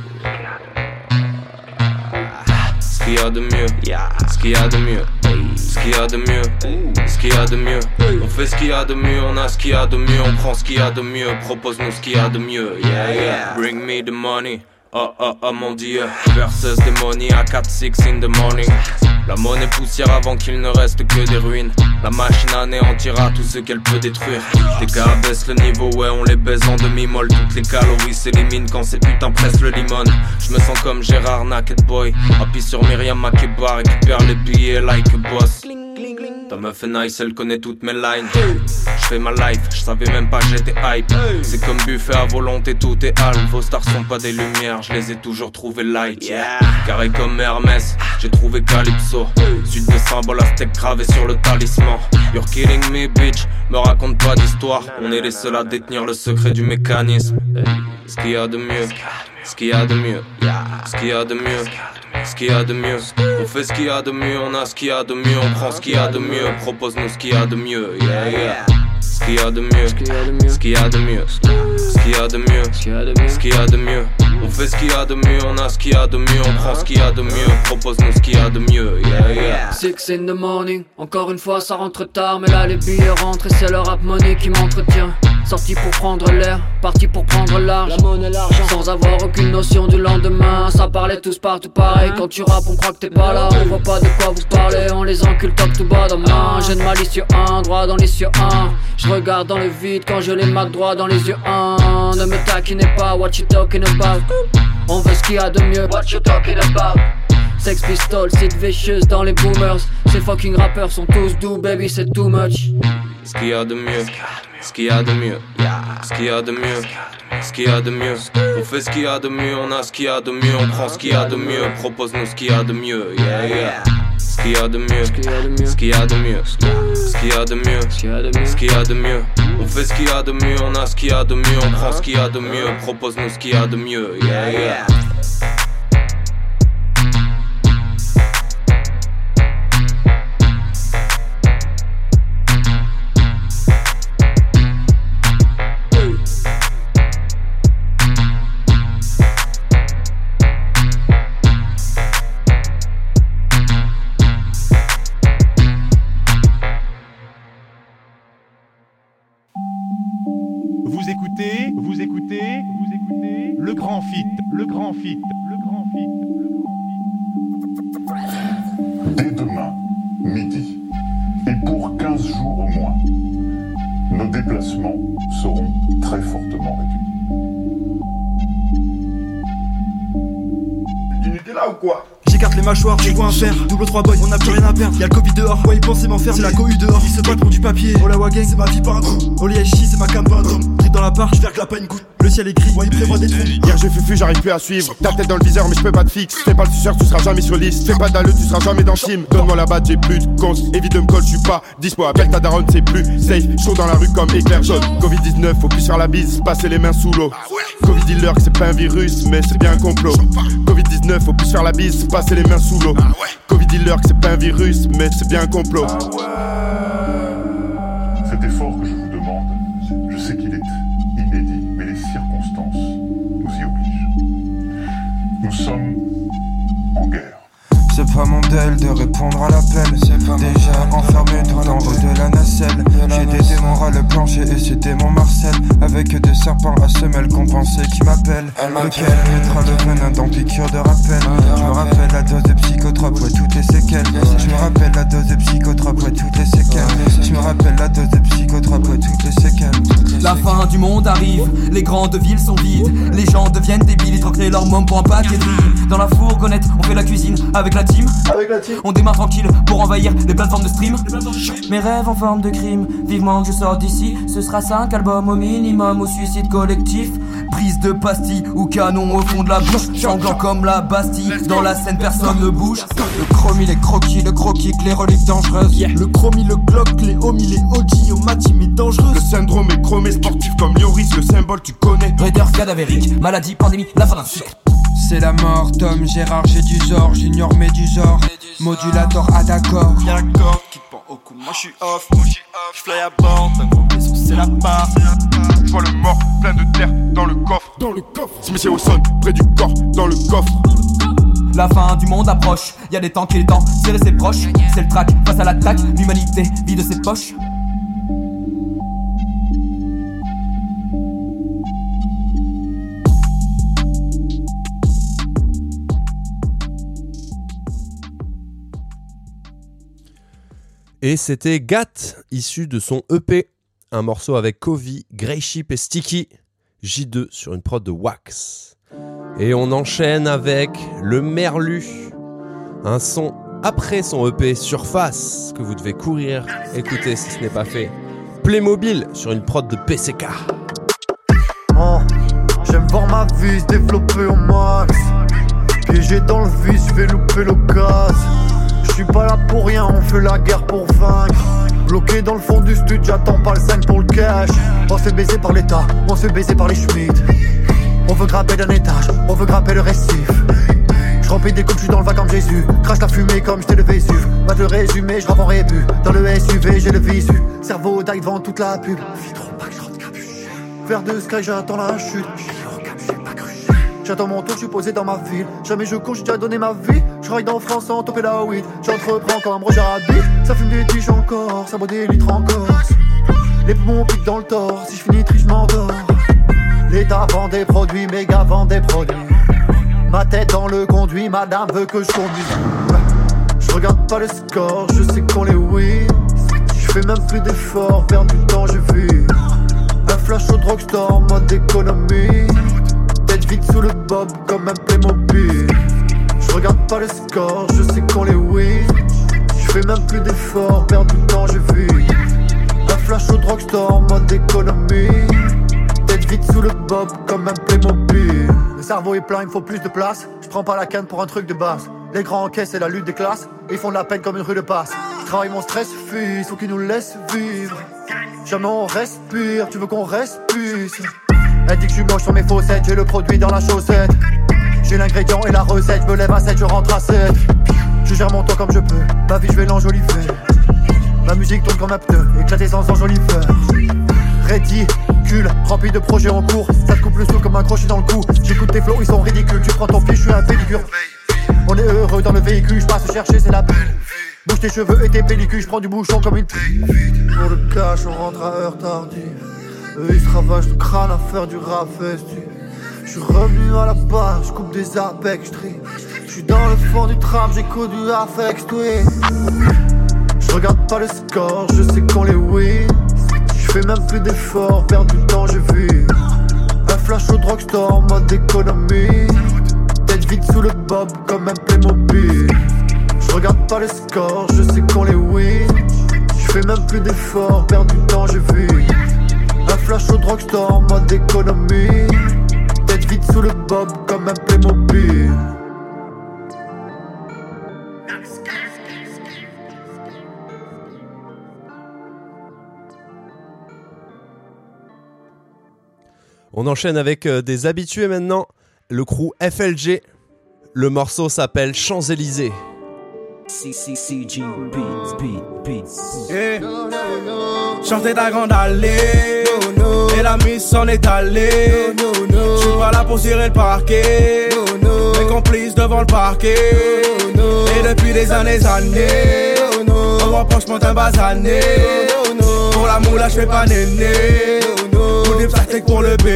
[SPEAKER 13] Ce qu'il y a de mieux. Ce qu'il y a de mieux. Ce qu'il y a de mieux. Ce qu'il y a de mieux. On fait ce qu'il y a de mieux. On a ce qu'il y a de mieux. On prend ce qu'il y a de mieux. Propose-nous ce qu'il y a de mieux. Yeah, yeah. Bring me the money. Oh oh oh mon dieu. Versus des money à quatre six in the morning. La monnaie poussière avant qu'il ne reste que des ruines. La machine anéantira tout ce qu'elle peut détruire. Les gars baissent le niveau, ouais on les baise en demi-molle. Toutes les calories s'éliminent quand ces putains pressent le limon. Je me sens comme Gérard Naked Boy, appuyé sur Myriam Makeba, récupère les billets like a boss. Ta meuf est nice, elle connaît toutes mes lines. Je fais ma life, je savais même pas que j'étais hype. C'est comme buffet à volonté, tout est hal. Vos stars sont pas des lumières, je les ai toujours trouvées light. Yeah. Carré comme Hermès, j'ai trouvé Calypso. Suite de symboles aztèques gravés sur le talisman. You're killing me bitch, me raconte pas d'histoire. On est les seuls à détenir le secret du mécanisme. Ce qu'il y a de mieux, ce qu'il y a de mieux, ce qu'il y a de mieux. Ce qu'il y a de mieux, on fait ce qu'il y a de mieux, on a ce qu'il y a de mieux, on prend ce qu'il y a de mieux, propose-nous ce qu'il y a de mieux, yeah yeah. Ce qu'il y a de mieux, ce qu'il y a de mieux, ce qu'il y a de mieux, ce qu'il y a de mieux, ce qu'il y a de mieux, on fait ce qu'il y a de mieux, on a ce qu'il y a de mieux, on prend ce qu'il y a de mieux, propose-nous ce qu'il y a de mieux, yeah yeah.
[SPEAKER 14] Six in the morning, encore une fois ça rentre tard, mais là les billets rentrent et c'est le rap money qui m'entretient. Sorti pour prendre l'air, parti pour prendre large. La monnaie, l'argent, sans avoir aucune notion du lendemain. Ça parlait tous partout pareil. Quand tu rappes on croit que t'es pas là. On voit pas de quoi vous parlez, on les encule top tout bas dans main. J'ai de malicieux un, droit dans les cieux un. Je regarde dans le vide quand je les mac droit dans les yeux un. Ne me taquinez pas, what you talking about? On veut ce qu'il y a de mieux, what you talking about? Sex Pistols, Sid Vicious dans les boomers. Ces fucking rappeurs sont tous doux, baby c'est too much.
[SPEAKER 13] Ce qu'il y a de mieux, ce qu'il y a de mieux, ce qu'il y a de mieux, ce qu'il y a de mieux. On fait ce qu'il y a de mieux, on a ce qu'il y a de mieux, on prend ce qu'il y a de mieux, propose-nous ce qu'il y a de mieux, yeah yeah. Ce qu'il y a de mieux, ce qu'il y a de mieux, ce qu'il y a de mieux, ce qu'il y a de mieux, ce qu'il y a de mieux. On fait ce qu'il y a de mieux, on a ce qu'il y a de mieux, on prend ce qu'il y a de mieux, propose-nous ce qu'il y a de mieux, yeah yeah.
[SPEAKER 1] Vous écoutez, vous écoutez, vous écoutez le Grand Fit, le Grand Fit, le Grand Fit, le Grand Fit.
[SPEAKER 15] Dès demain, midi, et pour quinze jours au moins, nos déplacements seront très fortement réduits.
[SPEAKER 16] Il était là ou quoi? J'écarte les mâchoires, j'ai quoi à faire? Double trois boys, on n'a plus rien à perdre. Y'a le Covid dehors, ouais, ils pensaient m'en faire, c'est la cohue dehors. Ils se battent pour du papier. Oh la Wagang, c'est ma vie par un coup. Oh les H I, c'est ma cam par un drôme. Drip dans la part, j'vergue la pas une goutte. Le ciel est gris, ouais, il prévoit des trous.
[SPEAKER 17] Hier j'ai fufu, j'arrive plus à suivre. Ta tête dans le viseur, mais je peux pas te fixe. Fais pas le suceur, tu seras jamais sur liste. Fais pas d'alleux, tu seras jamais dans team. Donne-moi la batte, j'ai plus de cons. Évite de me coller, je suis pas dispo. Appelle ta daronne, c'est plus safe. Chaud dans la rue comme éclair jaune. Covid dix-neuf, faut plus faire la bise, passer les mains sous l'eau. Covid dealer, c'est pas un virus, mais c'est bien un complot. Covid dix-neuf, faut plus faire la bise, passer les mains sous l'eau. Covid dealer, c'est pas un virus, mais c'est bien un complot.
[SPEAKER 15] Cet effort que je vous demande, je sais qu'il est inédit, mais les circonstances nous y obligent. Nous sommes en guerre.
[SPEAKER 18] C'est pas mon deal de répondre à l'appel. Déjà enfermé tout en haut de la nacelle. J'ai des démons ras le plancher et c'est démon Marcel. Avec des serpents à semelles compensées qui m'appellent. Lequel mettra le venin dans piqûre de rappel. Je me rappelle la dose de psychotrope, ouais toutes les séquelles. Je me rappelle la dose de psychotrope, ouais toutes les séquelles. Je me rappelle la dose de psychotrope, ouais toutes les séquelles.
[SPEAKER 19] La fin du monde arrive, les grandes villes sont vides. Les gens deviennent débiles, ils troquent leur môme pour un paquet de riz. Dans la fourgonnette, on fait la cuisine avec la team. Avec la team. On démarre tranquille pour envahir les plateformes de stream. Mes rêves en forme de crime, vivement que je sors d'ici. Ce sera cinq albums au minimum ou suicide collectif. Prise de pastilles ou canon au fond de la bouche. Sanglant comme la Bastille, dans la scène personne ne bouge.
[SPEAKER 16] Le chromie, les croquis, le croquis, les reliques dangereuses. Yeah. Le chromie, le glock, les homies, les O G, au mati mais dangereux.
[SPEAKER 17] Le syndrome est chromé, sportif comme Yoris, le symbole tu connais.
[SPEAKER 19] Raiders cadavérique, maladie, pandémie, la fin d'un cycle.
[SPEAKER 18] C'est la mort, Tom, Gérard, j'ai du zor, j'ignore Médusor. Modulator à d'accord.
[SPEAKER 20] Y'a la corde qui te pend au cou, moi j'suis off. J'fly à bord, d'un gros vaisseau, c'est la part.
[SPEAKER 17] J'vois le mort, plein de terre dans le coffre. Dans le coffre. Smith et Wilson, près du corps, dans le coffre.
[SPEAKER 19] La fin du monde approche, y'a des temps qu'il est temps, serrer ses proches. C'est le track, face à l'attaque, l'humanité vide ses poches.
[SPEAKER 3] Et c'était Gat, issu de son E P, un morceau avec Kovi, Greyship et Sticky, J deux sur une prod de Wax. Et on enchaîne avec le Merlu, un son après son E P Surface que vous devez courir écouter si ce n'est pas fait. Playmobil sur une prod de P C K.
[SPEAKER 21] Oh, j'aime voir ma vie se développer au max. Piégé dans le vice, je vais louper l'occasion. Je suis pas là pour rien, on fait la guerre pour vaincre. Bloqué dans le fond du stud, j'attends pas le cinq pour le cash. On se fait baiser par l'état, on se fait baiser par les Schmitt. On veut grimper d'un étage, on veut grimper le récif. Je remplis des coups, je suis dans le va comme Jésus. Crache la fumée comme j'étais le Vésuve. Va te le résumer, je rappe en rébut. Dans le S U V, j'ai le visu. Cerveau d'ail devant toute la pub. Vie trop pas que je rentre capuché. Vers de sky, j'attends la chute. J'attends mon tour, je suis posé dans ma ville. Jamais je cours, j'ai déjà donné ma vie. Je travaille dans France sans toper la weed. J'entreprends comme Roger Rabbit. Ça fume des tiges encore, ça boit des litres en Corse. Les poumons piquent dans le torse, si je finis tri, je m'endors. L'État vend des produits, méga vend des produits. Ma tête dans le conduit, madame veut que je conduise. Je regarde pas le score, je sais qu'on les win. Je fais même plus d'efforts, perdre du temps, je vis. Un flash au drugstore, mode économie. Tête vide sous le bob comme un Playmobil. Je regarde pas le score, je sais qu'on les win. Je fais même plus d'efforts, perdre du temps, je vis. Un flash au drugstore, mode économie. Tête vide sous le bob comme un Playmobil. Le cerveau est plein, il me faut plus de place. Je prends pas la canne pour un truc de base. Les grands encaissent, c'est la lutte des classes. Ils font de la peine comme une rue de passe. Je travaille mon stress, fils, faut qu'ils nous laissent vivre. Jamais on respire, tu veux qu'on respire. Elle dit que je suis moche sur mes faussettes, j'ai le produit dans la chaussette. J'ai l'ingrédient et la recette, je me lève à sept, je rentre à sept. Je gère mon temps comme je peux, ma vie je vais l'enjoliver. Ma musique tourne comme un pneu, éclaté sans enjoliveur. Ridicule, rempli de projets en cours. Ça te coupe le souffle comme un crochet dans le cou. J'écoute tes flots, ils sont ridicules. Tu prends ton pied, je suis un pellicule. On est heureux dans le véhicule, je passe chercher, c'est la belle. Bouge tes cheveux et tes pellicules, je prends du bouchon comme une pute. Pour le cash, on rentre à heure tardive. Eux ils se ravagent le crâne à faire du rap festif. Je suis revenu à la base, je coupe des apex trees. Je suis dans le fond du trap, j'écoute du Afex Twin. Je regarde pas le score, je sais qu'on les win. Je fais même plus d'efforts, perdre du temps, je vis. Un flash au drugstore, mode économie. Tête vide sous le bob comme un Playmobil. Je regarde pas le score, je sais qu'on les win. Je fais même plus d'efforts, perdre du temps, je vis. Un flash au drugstore, mode économie. Tête vide sous le bob comme un Playmobil.
[SPEAKER 3] On enchaîne avec euh, des habitués maintenant. Le crew F L G. Le morceau s'appelle Champs-Élysées.
[SPEAKER 22] C C C G Beats, Beats, Beats.
[SPEAKER 23] Yeah. Chanter ta grande allée, no, no. Et la mise s'en est allée. No, no, no. J'suis pas là pour tirer le parquet. No, no. Mes complices devant le parquet. No, no. Et depuis des années, années, no, no. On reproche mon un basané. No, no. Pour la moula j'fais pas néné. Pour des plastiques pour le B.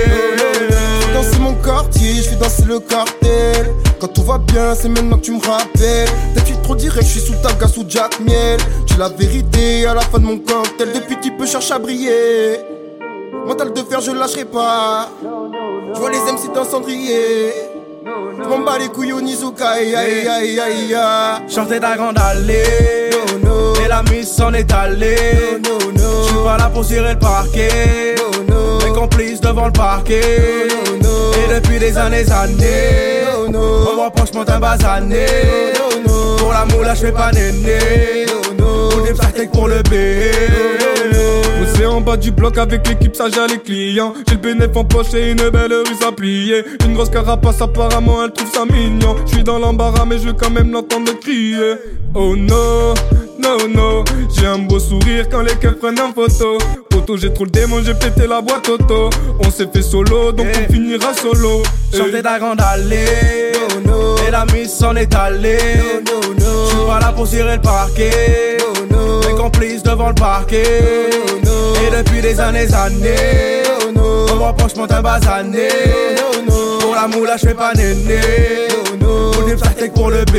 [SPEAKER 2] J'fais danser mon quartier, j'fais danser le cartel. Quand tout va bien, c'est maintenant que tu me rappelles. T'es tu trop direct, j'suis sous ta gare, sous Jack Miel. J'ai la vérité à la fin de mon cocktail. Depuis petit peu cherche à briller. Mental de fer, je lâcherai pas. J'vois les M C dans cendrier. J'm'en bats les couilles au Nizuka, aïe aïe aïe aïe aïe.
[SPEAKER 23] Sortez ta grande allée, no, no. Et la miss s'en est allée, no, no, no. J'suis pas là pour tirer le parquet, no, no. Mes complices devant le parquet, no, no. Et depuis des années années, no, no. On me reproche mon teint basané, no, no. Pour la moula j'fais pas néné, no, no. Pour des plastiques pour le B, no, no.
[SPEAKER 4] C'est en bas du bloc avec l'équipe sage à les clients. J'ai le bénéf en poche et une belle ruse à plier. Une grosse carapace apparemment elle trouve ça mignon. J'suis dans l'embarras mais je veux quand même l'entendre crier. Oh no, no no. J'ai un beau sourire quand les keufs prennent en photo. Auto j'ai trop le démon, j'ai pété la boîte auto. On s'est fait solo donc hey. On finira solo.
[SPEAKER 23] Sortez ta grande allée, no, no. Et la miss s'en est allée, no, no, no. J'suis pas là pour tirer le parquet, no, no. Mes complices devant le parquet, no, no. Et depuis des années années, no, no. On me reproche mon teint basané, no, no. Pour la moula j'fais pas néné, no, no. Pour des plastiques pour le B,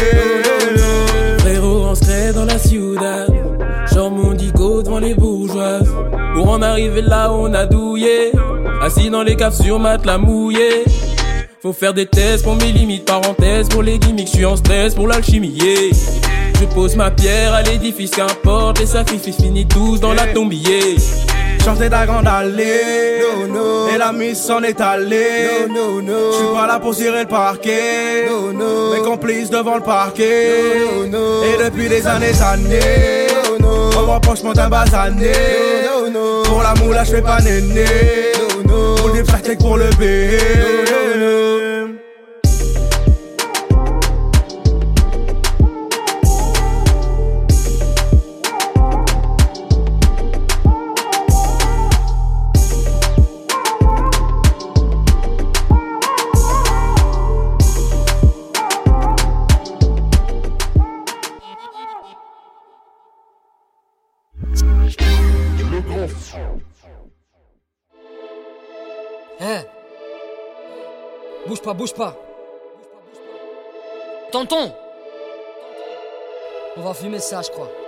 [SPEAKER 23] no, no.
[SPEAKER 5] Frérot on serait dans la ciudad. Genre mon dico devant les bourgeoises. Pour en arriver là on a douillé. Assis dans les caves sur matelas mouillé. Faut faire des tests pour mes limites, parenthèses pour les gimmicks, j'suis en stress pour l'alchimie, yeah. Je pose ma pierre à l'édifice, qu'importe les sacrifices finissent tous dans la tombe, yeah.
[SPEAKER 23] Sortez ta grande allée, no, no. Et la miss s'en est allée, no, no, no. J'suis pas là pour tirer le parquet, no, no. Mes complices devant le parquet, no, no. Et depuis des années années, no, no. On me reproche mon teint basané, no, no. Pour la moula j'fais pas néné, no, no. Pour des plastiques pour le B, no, no.
[SPEAKER 24] Hein? Bouge pas, bouge pas. Tonton, on va fumer ça, je crois.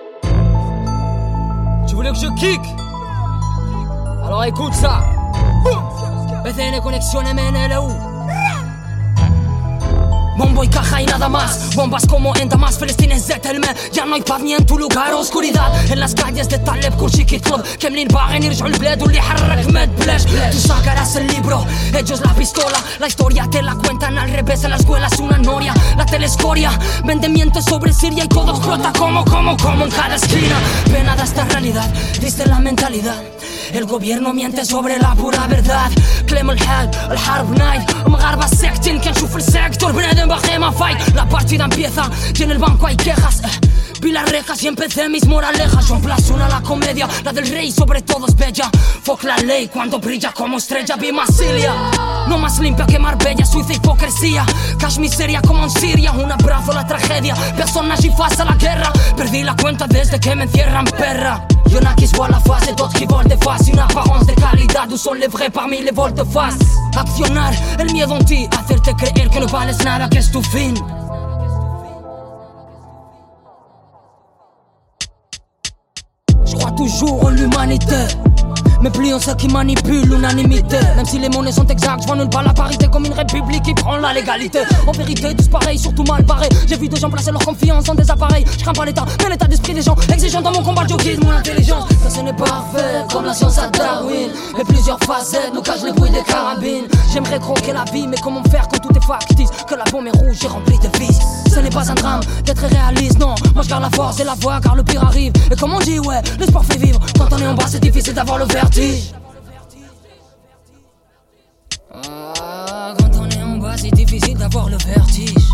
[SPEAKER 24] Tu voulais que je kick? Alors écoute ça. Bethene conexione Meneleu. Bombo y caja y nada más. Bombas como en Damas, Filistines de Telme. Ya no hay paz ni en tu lugar, oscuridad. En las calles de Taleb con Chiquit Club. كاملين باغيين يرجعوا البلاد واللي حرك ما تبلاش. Tú sacarás el libro, ellos la pistola. La historia te la cuentan al revés. En la escuela es una noria, la telescoria. Vende mientes sobre Siria y todo explota como, como, como en cada esquina. Pena de esta realidad, triste la mentalidad. El gobierno miente sobre la pura verdad. كلام الحال الحرب نايد مغاربة ساكتين كنشوف السيكتور بنادم باقي ما فايت. La partida empieza y en el banco hay quejas. Vi las rejas y empecé mis moralejas. Yo emplazo una la comedia, la del rey sobre todo es bella. Fuck la ley cuando brilla como estrella. Vi Massilia, no más limpia que Marbella. Suiza hipocresía, cash miseria como en Siria. Un abrazo a la tragedia, personas y fase a la guerra. Perdí la cuenta desde que me encierran perra. Y'en a qui se voient la face et d'autres qui volent des faces. Une apparence de calidad, où sont les vrais parmi les volte-face. Accionar el miedo en ti, hacerte creer que no vales nada, que es tu fin. Je crois toujours en l'humanité, mais plus on sait qui manipule l'unanimité. Même si les monnaies sont exactes, je vois nulle part la parité comme une république qui prend la légalité. En vérité, tous pareils, surtout mal barrés. J'ai vu des gens placer leur confiance dans des appareils. Je crains pas l'état, mais l'état d'esprit des gens exigeant dans mon combat, je guide mon intelligence. Que ce n'est pas parfait, comme la science à Darwin. Et plusieurs facettes nous cachent les bruits des carabines. J'aimerais croquer la vie, mais comment faire quand tout est factice? Que la bombe est rouge et remplie de vices. Ce n'est pas un drame d'être réaliste, non. Moi je garde la force et la voix car le pire arrive. Et comme on dit, ouais, l'espoir fait vivre. Quand on est en bas, c'est difficile d'avoir le vertige. Ah, quand on est en bas, c'est difficile d'avoir le vertige.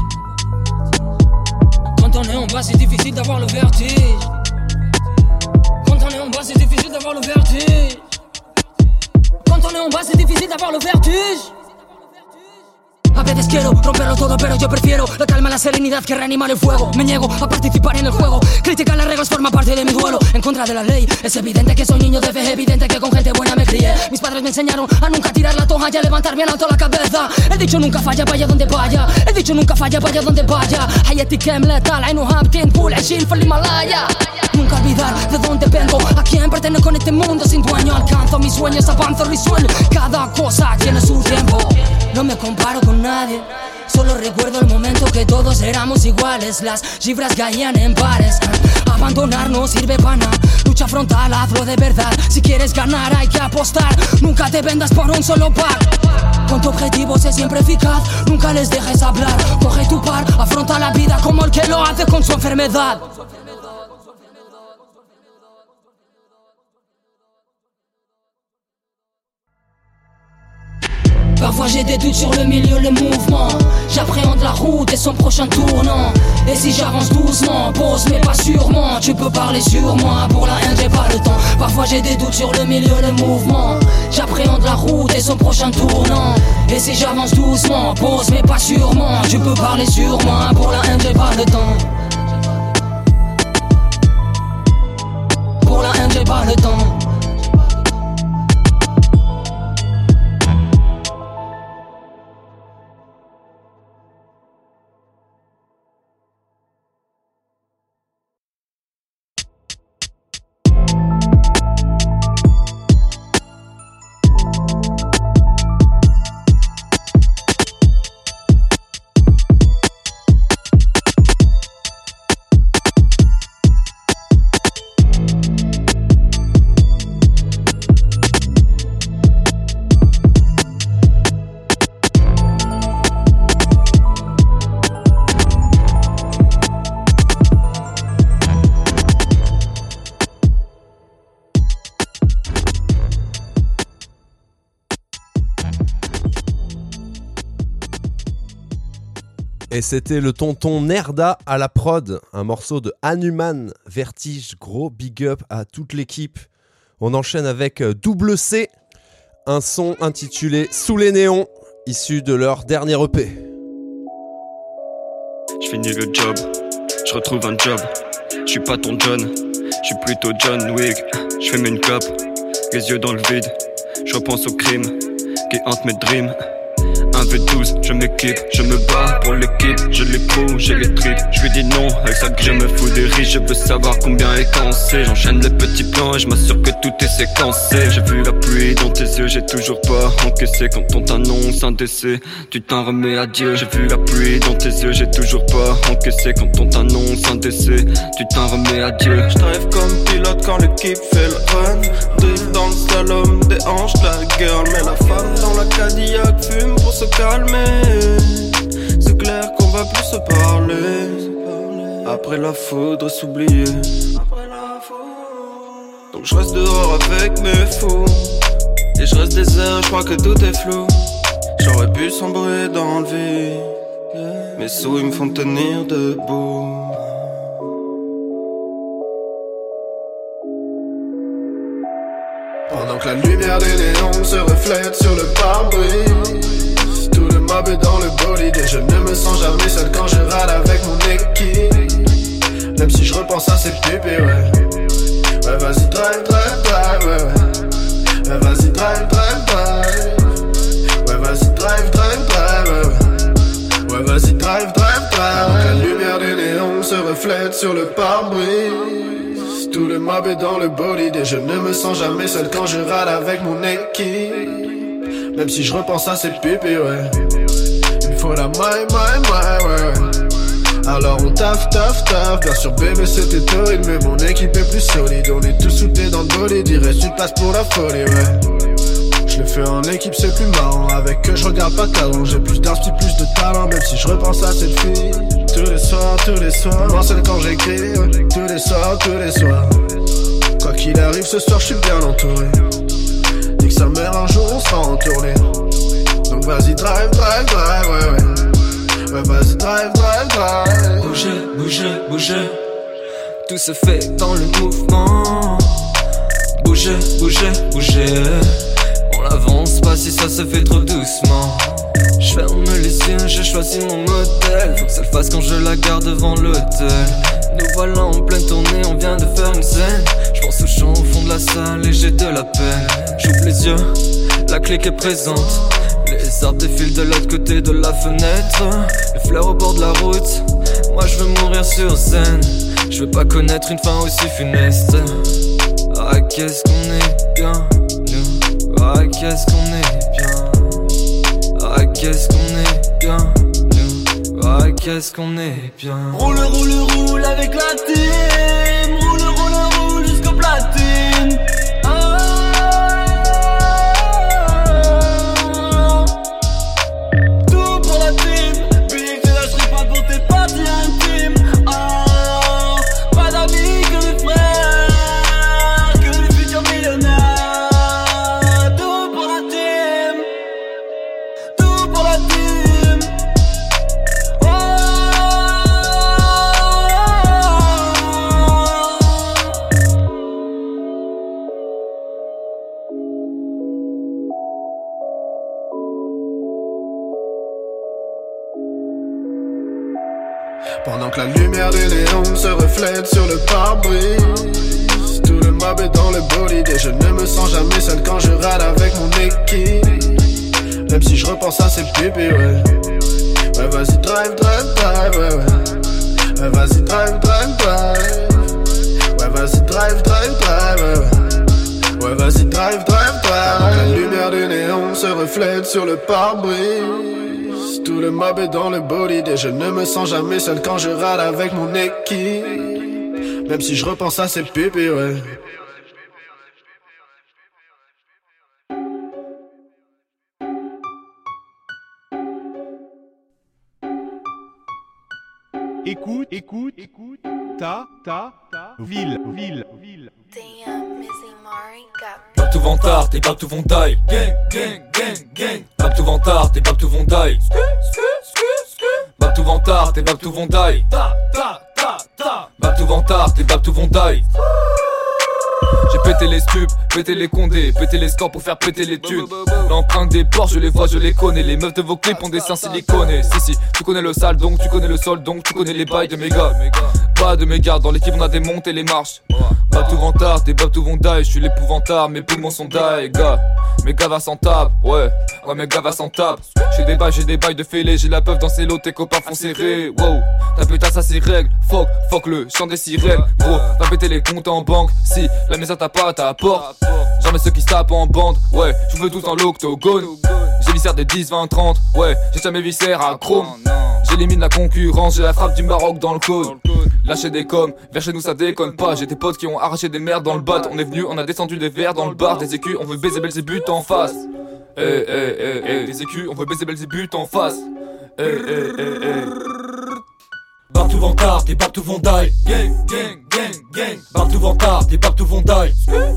[SPEAKER 24] Quand on est en bas, c'est difficile d'avoir le vertige. Quand on est en bas, c'est difficile d'avoir le vertige. Quand on est en bas, c'est difficile d'avoir le vertige. A veces quiero romperlo todo, pero yo prefiero la calma, la serenidad que reanimar el fuego. Me niego a participar en el juego. Criticar las reglas forma parte de mi duelo. En contra de la ley, es evidente que soy niño de fe, evidente que con gente buena me crié. Mis padres me enseñaron a nunca tirar la toalla, a levantar bien alto la cabeza. El dicho nunca falla, vaya donde vaya. El dicho nunca falla, vaya donde vaya. حياتي كاملة طالعينها مئتين طول عايشين في الهيمالايا. Nunca olvidar de dónde vengo, a quién pertenezco en este mundo sin dueño. Alcanzo mis sueños, avanzo risueño. Cada cosa tiene su tiempo. No me comparo con nadie, solo recuerdo el momento que todos éramos iguales. Las cifras caían en pares. Abandonar no sirve para nada. Lucha frontal, hazlo de verdad. Si quieres ganar hay que apostar. Nunca te vendas por un solo par. Con tu objetivo sé siempre eficaz. Nunca les dejes hablar. Coge tu par, afronta la vida como el que lo hace con su enfermedad. Parfois j'ai des doutes sur le milieu, le mouvement. J'appréhende la route et son prochain tournant. Et si j'avance doucement, pose mais pas sûrement. Tu peux parler sur moi, pour la haine j'ai pas le temps. Parfois j'ai des doutes sur le milieu, le mouvement. J'appréhende la route et son prochain tournant. Et si j'avance doucement, pose mais pas sûrement. Tu peux parler sur moi, pour la haine j'ai pas le temps. Pour la haine j'ai pas le temps.
[SPEAKER 3] Et c'était le tonton Nerda à la prod, un morceau de Hanuman, Vertige, gros big up à toute l'équipe. On enchaîne avec Double C, un son intitulé Sous les néons, issu de leur dernier E P.
[SPEAKER 7] Je finis le job, je retrouve un job, je suis pas ton John, je suis plutôt John Wick. Je fume une clope, les yeux dans le vide, je repense au crime qui hante mes dreams. un V douze, je m'équipe, je me bats pour l'équipe, je l'éprouve, j'ai les tripes, je lui dis non, avec ça que je me fous des riches, je veux savoir combien est quand c'est, j'enchaîne les petits plans et je m'assure que tout est séquencé, j'ai vu la pluie dans tes yeux, j'ai toujours pas encaissé, quand on t'annonce un décès, tu t'en remets à Dieu, j'ai vu la pluie dans tes yeux, j'ai toujours pas encaissé, quand on t'annonce un décès, tu t'en remets à Dieu.
[SPEAKER 8] J'arrive comme pilote quand l'équipe fait le run, drift dans le slalom, déhanche la girl, mais la femme dans la Cadillac fume pour se calmer, c'est clair qu'on va plus se parler. Après la faudrait s'oublier. Donc je reste dehors avec mes fous, et je reste des heures, je crois que tout est flou. J'aurais pu sombrer dans le vide, mes sous ils me font tenir debout.
[SPEAKER 9] Pendant que la lumière des néons se reflète sur le pare-brise, tout le mob est dans le bolide et je ne me sens jamais seul quand je râle avec mon équipe. Même si je repense à ces pépés, ouais. Ouais, vas-y, drive, drive, drive, ouais, ouais. Ouais, vas-y, drive, drive, drive. Ouais, vas-y, drive, drive, drive, ouais, ouais. Ouais, vas-y, drive, drive, drive. Pendant que la lumière des néons se reflète sur le pare-brise, tout le mob est dans le bolide et je ne me sens jamais seul quand je râle avec mon équipe. Même si je repense à ces pépés, ouais. Il faut la maille, maille, maille, ouais. Alors on taffe, taffe, taffe. Bien sûr bébé c'était torride, mais mon équipe est plus solide. On est tous soutenus dans le bolide, il reste une place pour la folie, ouais. Je le fais en équipe, c'est plus marrant. Avec eux je regarde pas talent, j'ai plus d'inspi, plus de talent. Même si je repense à cette fille, tous les soirs, tous les soirs. Moi seul quand j'écris, ouais. Tous les soirs, tous les soirs. Quoi qu'il arrive ce soir je suis bien entouré. Dis que sa mère un jour on sera en tournée. Donc vas-y drive, drive, drive, ouais ouais. Ouais vas-y drive, drive, drive.
[SPEAKER 8] Bouger, bouger, bouger. Tout se fait dans le mouvement. Bouger, bouger, bouger. On avance pas si ça se fait trop doucement.
[SPEAKER 6] J'ferme les yeux, j'ai choisi mon modèle. Faut que ça le fasse quand je la garde devant l'hôtel. Nous voilà en pleine tournée, on vient de faire une scène. J'pense au chant au fond de la salle et j'ai de la peine. J'ouvre les yeux, la clique est présente. Les arbres défilent de l'autre côté de la fenêtre. Les fleurs au bord de la route. Moi je veux mourir sur scène. Je veux pas connaître une fin aussi funeste. Ah qu'est-ce qu'on est bien, nous. Ah qu'est-ce qu'on est bien. Ah qu'est-ce qu'on est bien, nous. Ah qu'est-ce qu'on est bien.
[SPEAKER 10] Roule, roule, roule avec la team. Roule, roule, roule jusqu'au platine.
[SPEAKER 9] Pendant que la lumière des néons se reflète sur le pare-brise, tout le mob est dans le bolide et je ne me sens jamais seul quand je râle avec mon équipe. Même si je repense à ces pupilles, ouais. Ouais, vas-y, drive, drive, drive, ouais, ouais. Ouais, vas-y, drive, drive, drive. Ouais, vas-y, drive, drive, drive, ouais, ouais. Ouais, vas-y, drive, drive, drive. Pendant que la lumière des néons se reflète sur le pare-brise, tout le mob est dans le bolide et je ne me sens jamais seul quand je râle avec mon équipe. Même si je repense à ces pupilles, ouais.
[SPEAKER 1] Écoute, écoute, écoute, ta, ta, ta, ville, ville, ville.
[SPEAKER 11] Back to Vantard, tes back to vont die. Gang, gang, gang, gang. Back to Vantard, tes back to vont die. Back to Vantard, tes back to vont die. Ta, ta, ta, ta. Back to Vantard, tes back to vont die. J'ai pété les stups, pété les condés, pété les scores pour faire péter les thunes. L'empreinte des ports, je les vois, je les connais. Les meufs de vos clips ont des seins siliconés. Si si, tu connais le sale donc tu connais le sol donc tu connais les bails de mes gars. Pas de mes gars, dans l'équipe on a des montées les marches. Back to Vantard, tes back to vont die. Je suis l'épouvantard, mes poumons sont die, gars. Mes gars va s'en tape, ouais, ouais mes gars va s'en tape. J'ai des bails, j'ai des bails de fêlés, j'ai la peuf dans ses lots, tes copains font serrer. Wow, ta pétasse à ses règles, fuck, fuck le chant des sirènes. Gros, va péter les comptes en banque, si la maison t'a pas, t'as porte. Jamais ceux qui se tapent en bande, ouais, je veux tout en l'octogone. J'ai viscère des dix, vingt, trente, ouais, j'ai jamais viscère à chrome. J'élimine la concurrence, j'ai la frappe du Maroc dans le code. Lâcher des coms, vers chez nous ça déconne pas. J'ai des potes qui ont arraché des merdes dans le bat. On est venu, on a descendu des verres dans le bar. Des écus, on veut baiser Belzébuth en face. Eh eh eh eh, des écus, on veut baiser Belzébuth en face. Eh eh eh eh. Back to Vantard, tes back to vont die. Gang, gang, gang, gang. Back to Vantard, tes back to vont die.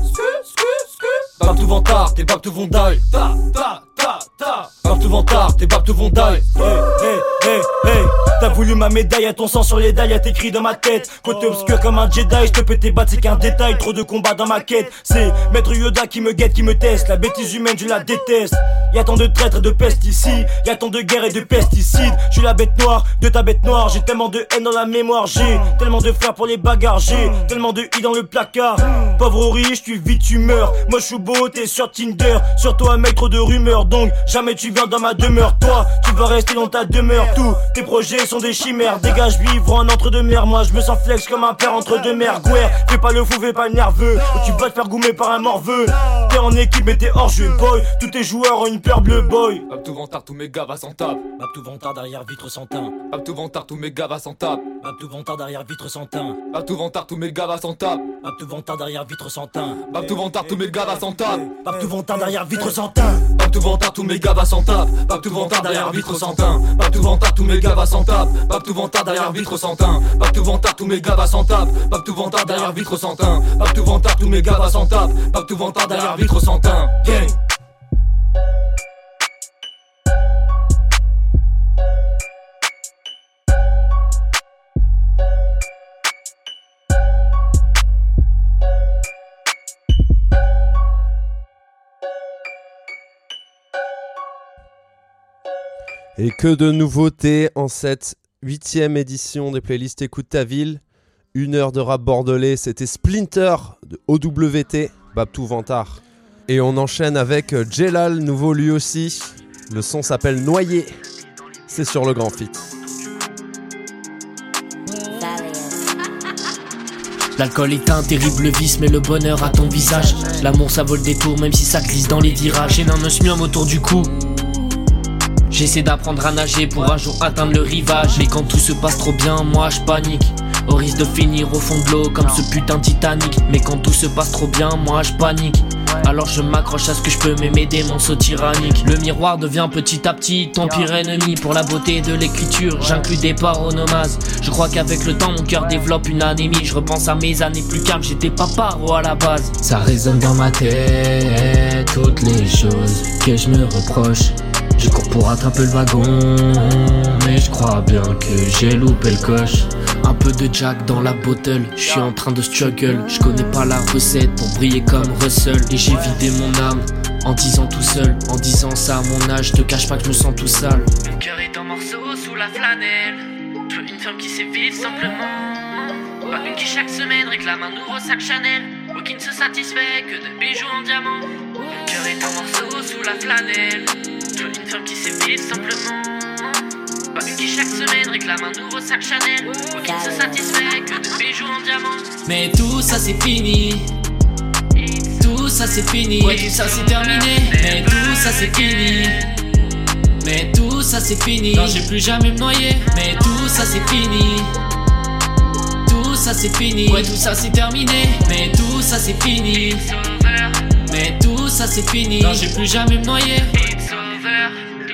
[SPEAKER 11] Back to Vantard, tes back to vont die. Ta ta ta ta. Back to Vantard, tes back to vont die.
[SPEAKER 12] Hey hey hey hey. T'as voulu ma médaille, à ton sang sur les dalles, y'a tes cris dans ma tête. Côté obscur comme un Jedi, je te peux t'ébattre, c'est qu'un détail. Trop de combats dans ma quête, c'est Maître Yoda qui me guette, qui me teste. La bêtise humaine, je la déteste. Y'a tant de traîtres et de pestes ici, y'a tant de guerres et de pesticides. Je suis la bête noire de ta bête noire, j'ai tellement de haine dans la mémoire. J'ai tellement de frères pour les bagarres, j'ai tellement de i dans le placard. Pauvre ou riche, tu vis, tu meurs. Moi je suis beau, t'es sur Tinder. Sur toi, mec, trop de rumeurs, donc jamais tu viens dans ma demeure. Toi, tu vas rester dans ta demeure. Tous tes projets sont des chimères. Dégage, vivre en entre-deux-mers. Moi je me sens flex comme un père entre deux mers. Guerre, fais pas le fou, fais pas le nerveux. Tu vas te faire goumer par un morveux. T'es en équipe mais t'es hors jeu, boy. Tous tes joueurs ont une peur bleue, boy.
[SPEAKER 11] Back to Vantard, tous mes gars va s'en tape.
[SPEAKER 12] Back to Vantard derrière vitre sans teint.
[SPEAKER 11] Back to Vantard, tous mes gars va s'en tape.
[SPEAKER 12] Back to Vantard derrière vitre sans teint.
[SPEAKER 11] Back to Vantard, tous mes gars va s'en tape.
[SPEAKER 12] Back to Vantard derrière vitre sans teint.
[SPEAKER 11] Back to Vantard, tous mes gars va s'en tape.
[SPEAKER 12] Back to Vantard derrière vitre sans teint.
[SPEAKER 11] Back to Vantard, tous mes gars va s'en tape. Back to Vantard derrière vitre sans teint. Back to Vantard, tous mes gars va s'en tape. Back to Vantard derrière vitre sans teint. Back to Vantard, tous mes gars va s'en tape. Back to Vantard derrière vitre sans teint. Back to Vantard, tous mes gars va s'en tape. Back to Vantard derrière vitre sans teint. Gang.
[SPEAKER 3] Et que de nouveautés en cette huitième édition des playlists Écoute ta ville. Une heure de rap bordelais, c'était Splinter de O W T, Babtou Vantard. Et on enchaîne avec Jelal, nouveau lui aussi. Le son s'appelle Noyé. C'est sur le Grand Fit.
[SPEAKER 13] L'alcool est un terrible vice, mais le bonheur a ton visage. L'amour ça vole des tours, même si ça glisse dans les virages. J'ai un osmium autour du cou. J'essaie d'apprendre à nager pour un jour atteindre le rivage. Mais quand tout se passe trop bien, moi je panique. Au risque de finir au fond de l'eau comme ce putain de Titanic. Mais quand tout se passe trop bien, moi je panique. Alors je m'accroche à ce que je peux, mais mes démons sont tyranniques. Le miroir devient petit à petit ton pire ennemi. Pour la beauté de l'écriture, j'inclus des paronomases. Je crois qu'avec le temps mon cœur développe une anémie. Je repense à mes années plus calmes, j'étais pas paro à la base. Ça résonne dans ma tête, toutes les choses que je me reproche. Je cours pour rattraper le wagon, mais je crois bien que j'ai loupé le coche. Un peu de Jack dans la bottle, je suis en train de struggle. Je connais pas la recette pour briller comme Russell. Et j'ai vidé mon âme en disant tout seul. En disant ça à mon âge, je te cache pas que je me sens tout sale.
[SPEAKER 14] Mon cœur est en morceaux sous la flanelle. Je veux une femme qui s'évite simplement. Pas une qui chaque semaine réclame un nouveau sac Chanel. Ou qui ne se satisfait que de bijoux en diamant. Mon cœur est en morceaux sous la flanelle. Je veux une femme qui s'évite simplement. Pas une qui chaque semaine réclame un nouveau sac Chanel. Ou qui ne se satisfait que de bijoux en diamant.
[SPEAKER 13] Mais tout ça c'est fini. Tout ça c'est fini. Ouais, tout ça c'est terminé. Mais tout ça c'est fini. Mais tout ça c'est fini. Non, j'ai plus jamais me noyer. Mais tout ça c'est fini. Tout ça c'est fini. Ouais, tout ça c'est terminé. Mais tout ça c'est fini. Mais tout ça c'est fini. Non, j'ai plus jamais me noyer.
[SPEAKER 14] It's over.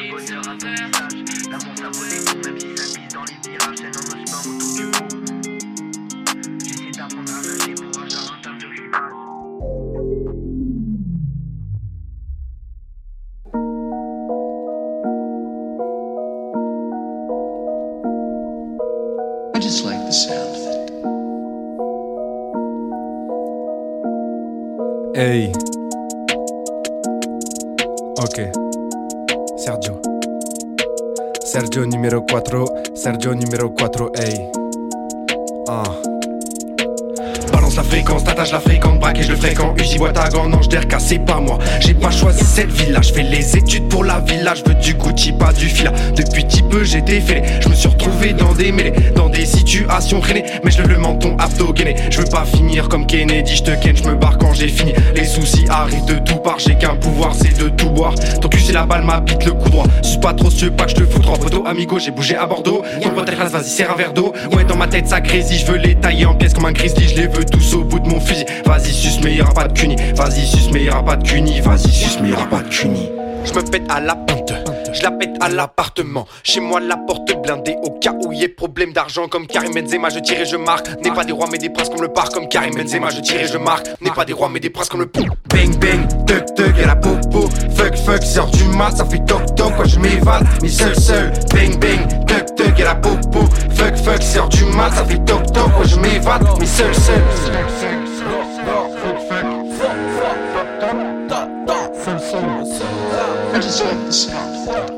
[SPEAKER 15] I just like the sound of it.
[SPEAKER 4] Hey. Ok. Sergio. Sergio numéro quatre. Sergio numéro quatre. Hey. Ah.
[SPEAKER 16] Balance la fréquence, t'attaches la fréquence, braque et je le fréquent. Uzi Watagan, non j'd'air cassé pas moi. J'ai pas choisi cette ville-là, je fais les études pour la villa. Je veux du Gucci, pas du fila. Depuis petit peu j'ai défilé, je me suis retrouvé dans des mêlées, dans des situations freinées. Mais je lève le menton abdo-gainé. Je veux pas finir comme Kennedy, je te ken, je me barre quand j'ai fini. Les soucis arrivent de tout part, j'ai qu'un pouvoir, c'est de tout boire. Ton cul c'est la balle, ma bite le coup droit. Suis pas trop sûr, pas que je te foutre en photo. Amigo, j'ai bougé à Bordeaux. Ton pote rase, vas-y serre un verre d'eau. Ouais, dans ma tête ça grésille, je veux les tailler en pièces comme un grizzly. Je les veux tous au bout de mon fusil. Vas-y sus mais y'aura pas de cuni. Vas-y sus mais y'aura pas de cuni. Vas-y sus mais y'aura pas de cuni. Je me pète à la pinte, je la pète à l'appartement. Chez moi la porte blindée au cas où y ait problème d'argent. Comme Karim Benzema je tire et je marque. N'est pas des rois mais des princes comme le parc. Comme Karim Benzema je tire et je marque. N'est pas des rois mais des princes comme le pou. Bang bang, tuck tuck et la popo. Fuck fuck, sort du mat, ça fait toc toc quand je m'évade. Mais seul seul, bang bang, tuck tuck et la popo. Fuck fuck, sort du mat, ça fait toc toc quand je m'évade. Mais seul seul.
[SPEAKER 15] I just like the sound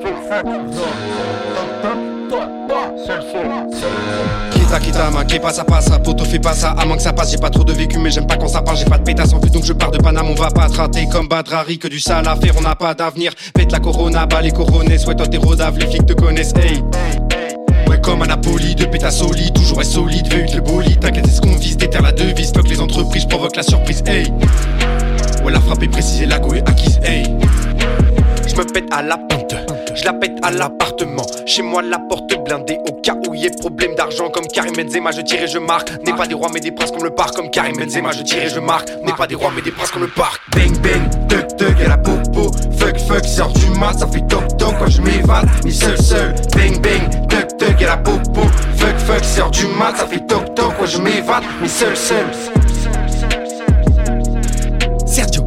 [SPEAKER 15] of it.
[SPEAKER 16] Kita kita ma que passa passa, poto fais pas ça, à moins que ça passe. J'ai pas trop de vécu mais j'aime pas quand ça parle. J'ai pas de pétasse en vue donc je pars de Paname. On va pas te rater comme Badrari, que du sale à faire, on n'a pas d'avenir. Pète la corona, bas les coronets, souhaite toi t'es rodave, les flics te connaissent, hey. Ouais comme à Napoli, de pétasse solide, toujours est solide, V huit le bolide. T'inquiète c'est ce qu'on vise, déterre la devise, fuck les entreprises, provoque la surprise, hey. Ouais la frappe est précise et la go est acquise, hey. Je me pète à la pinte, je la pète à l'appartement. Chez moi la porte blindée au cas où y ait problème d'argent. Comme Karim Benzema je tire et je marque. N'est pas des rois mais des princes comme le parc. Comme Karim Benzema je tire et je marque. N'est pas des rois mais des princes comme le parc. Bang bang, tuck tuck et la popo. Fuck fuck, sort du mat, ça fait toc toc quand je m'évade. Mais seul seul, bang bang, tuck tuck et la popo. Fuck fuck, sort du mat, ça fait toc toc quand je m'évade. Mais seul seul. Sergio.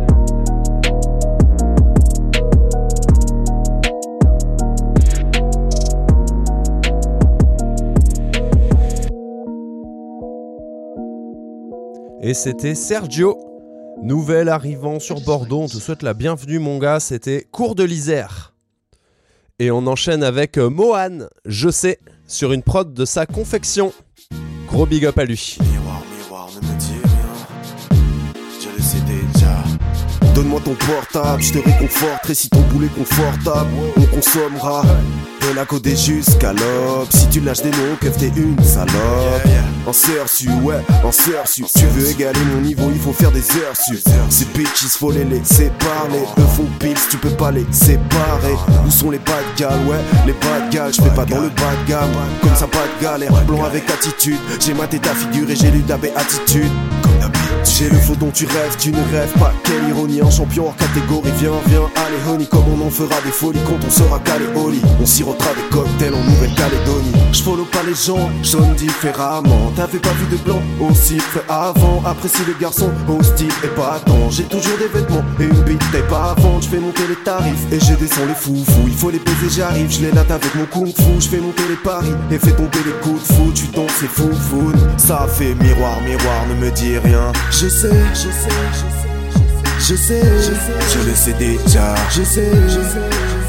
[SPEAKER 3] Et c'était Sergio, nouvel arrivant sur Bordeaux. On te souhaite la bienvenue mon gars, c'était Cours de l'Isère. Et on enchaîne avec euh, Mohan, je sais, sur une prod de sa confection. Gros big up à lui.
[SPEAKER 2] Miroir, miroir, ne me dis rien, je le sais déjà. Donne-moi ton portable, je te réconforterai si ton boulet est confortable. On consommera de la codée jusqu'à l'aube. Si tu lâches des noms, que t'es une salope. En sursu, ouais, en sursu. Tu veux égaler mon niveau, il faut faire des heures su. Ces bitches, faut les laisser parler. Eux font pile, tu peux pas les séparer. Où sont les bad gals, ouais, les bad gals. J'fais pas dans le bas de gamme, comme ça pas de galère. Blanc avec attitude, j'ai maté ta figure et j'ai lu ta béatitude. J'ai le flow dont tu rêves, tu ne rêves pas. Quelle ironie, un champion hors catégorie. Viens, viens, allez honey, comme on en fera des folies quand on sera calé au lit. On sirotera des cocktails en Nouvelle-Calédonie. J'follow pas les gens, j'onne différemment. T'avais pas vu de blanc, aussi frais avant. Apprécie le garçon, hostile et pas attend. J'ai toujours des vêtements et une bite t'es pas à vendre. J'fais monter les tarifs et je descends les foufous. Il faut les baiser, j'arrive, j'les latte avec mon kung fu. J'fais monter les paris et fais tomber les coups de foot. Tu tombes, c'est fou fou. Ça fait miroir, miroir, ne me dis rien. Je sais, je sais, je sais, je sais, je sais, je le sais déjà. Je sais, je sais,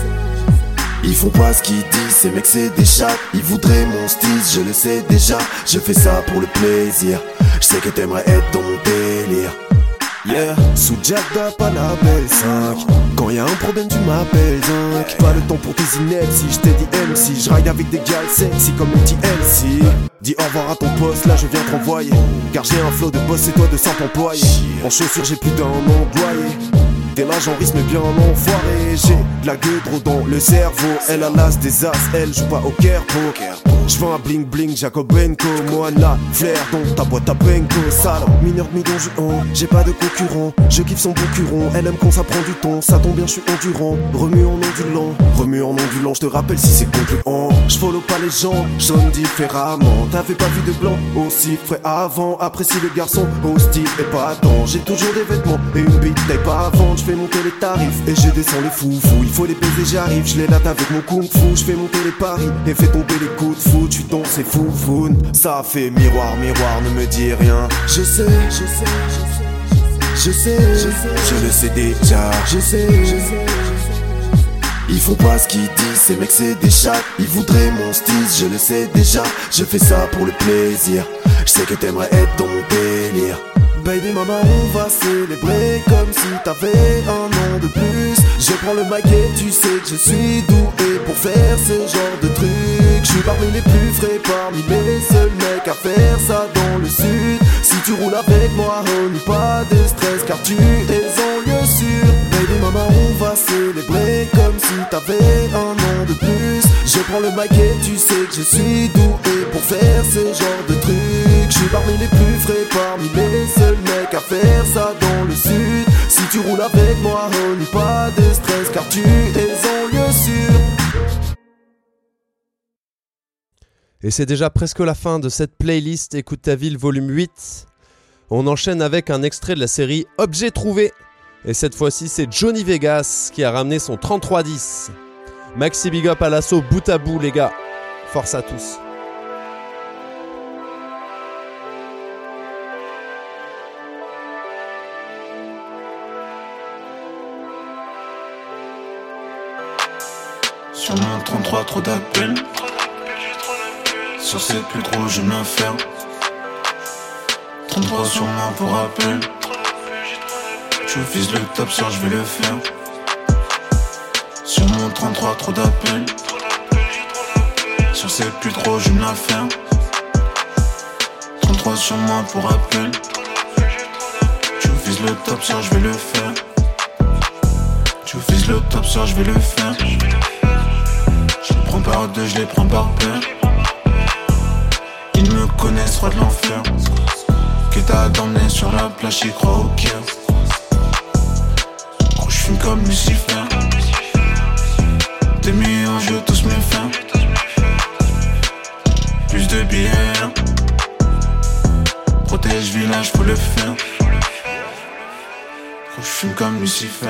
[SPEAKER 2] ils font pas ce qu'ils disent, ces mecs c'est des chats. Ils voudraient mon style, je le sais déjà. Je fais ça pour le plaisir. Je sais que t'aimerais être dans mon délire. Yeah, sous Jack Dap à la belle cinq. Quand y'a un problème tu m'appelles Zinc. Pas le temps pour tes inepties, je t'ai dit M C. Je ride avec des gals sexy comme une T L C. Dis au revoir à ton poste, là je viens te renvoyer. Car j'ai un flow de boss et toi de simple employé. En chaussures j'ai plus d'un employé. T'es là j'en risque mais bien l'enfoiré. J'ai de la gueule trop dans le cerveau. Elle a l'as des as, elle joue pas au kerpo. J'vends un bling bling Jacob Benko. Moi la flair dans ta boîte à Benko. Sale, mineur de mi-don juan. J'ai pas de concurrent, je kiffe son bon curon. Elle aime quand ça prend du temps, ça tombe bien, je suis endurant. Remue en ondulant, remue en ondulant. Je te rappelle si c'est concluant. J'follow pas les gens, j'onne différemment. T'avais pas vu de blanc, aussi frais avant. Apprécie le garçon, hostile et pas attend. J'ai toujours des vêtements et une bite t'es pas à vendre. J'fais monter les tarifs et je descends les foufous. Il faut les baiser, j'arrive, j'les latte avec mon kung fu. J'fais monter les paris et fais tomber les coups de foot. Tu tombes, c'est fou fou. Ça fait miroir, miroir, ne me dis rien. Je sais, je sais, je sais, je sais, je sais, je le sais déjà. Je sais, je sais. Ils font pas ce qu'ils disent, ces mecs c'est des chats. Ils voudraient mon style, je le sais déjà. Je fais ça pour le plaisir. Je sais que t'aimerais être dans mon délire. Baby mama, on va célébrer comme si t'avais un an de plus. Je prends le mic et tu sais que je suis doué pour faire ce genre de truc. Je suis parmi les plus frais, parmi les seuls mecs à faire ça dans le sud. Si tu roules avec moi, honey, pas de stress car tu es en lieu sûr. Baby mama, on va célébrer comme si t'avais un an de plus. Je prends le mic et tu sais que je suis doué pour faire ce genre de truc. Je suis parmi les plus frais, parmi les seuls mecs à faire ça dans le sud. Si tu roules avec moi, honey, pas de stress car tu es en lieu sûr.
[SPEAKER 3] Et c'est déjà presque la fin de cette playlist Écoute ta ville volume huit. On enchaîne avec un extrait de la série Objet trouvé. Et cette fois-ci c'est Johnny Vegas qui a ramené son trente-trois dix. Maxi big up à l'assaut bout à bout les gars. Force à tous.
[SPEAKER 9] Sur mon trente-trois, trop d'appels. Sur cette plus trop, je me ferme. trente-trois sur moi pour rappel. Je vise le top, sûr, je vais le faire. Sur mon trente-trois, trop d'appels. Sur cette plus trop, je me la ferme. trente-trois sur moi pour rappel. Je vise le top, sûr, je vais le faire. Je vise le top, sûr, je vais le faire. Je les prends par deux, je les prends par paire. Ils me connaissent, roi de l'enfer. Que t'as d'emmener sur la plage, j'y crois au cœur. Gros, j'fume comme Lucifer. T'es meilleur, je veux tous me faire. Plus de billets. Protège village, faut le faire. Gros, j'fume comme Lucifer.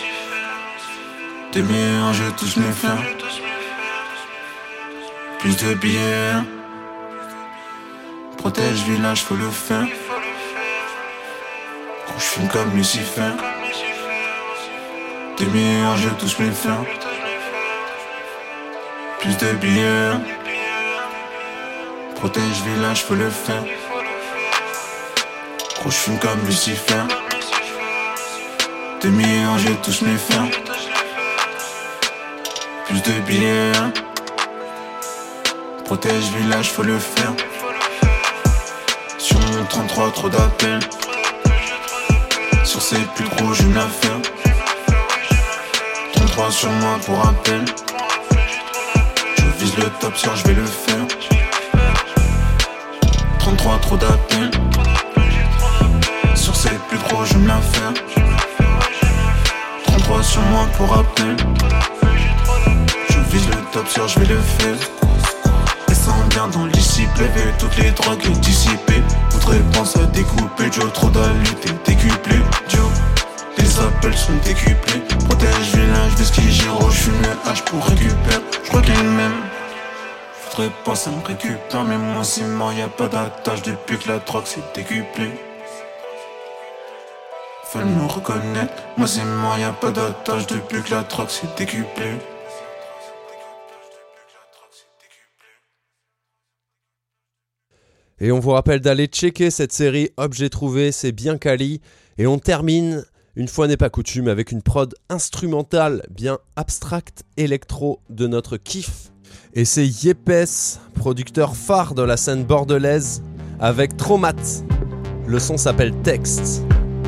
[SPEAKER 9] T'es meilleur, je veux tous me faire. Plus de billets. Protège village, faut le faire. Quand je fume comme Lucifer. T'es meilleur, je veux tous me faire.
[SPEAKER 17] Plus de billets. Protège village, faut le faire. Gros, j'fume comme Lucifer. Deux millions, je touche mes fers. Plus de billets. Protège village, faut le faire. Sur mon trente-trois, trop d'appels. Sur ces plus gros, je me la faire. trente-trois sur moi pour rappel. Je vise le top, sûr, je vais le faire. trente-trois, trop d'appels. Sur ces plus gros, je me la faire. trente-trois sur moi pour rappel. Je vise le top, sûr, je vais le faire. Descends bien dans l'ici, plève toutes les drogues dissipées. Voudrais penser à découper, Joe, trop d'alité décuplé. Joe, les appels sont décuplés. Protège village, whisky, giro, j'fume le H pour récupérer. J'crois qu'il m'aime. Faudrait penser à me récupérer, mais moi c'est mort, y'a pas d'attache depuis que la drogue s'est décuplée. Faut me reconnaître, moi c'est mort, y'a pas d'attache depuis que la drogue s'est décuplée.
[SPEAKER 3] Et on vous rappelle d'aller checker cette série Objet Trouvé, c'est bien quali. Et on termine, une fois n'est pas coutume, avec une prod instrumentale bien abstracte électro de notre kiff. Et c'est Yepes, producteur phare de la scène bordelaise, avec Traumat. Le son s'appelle Texte.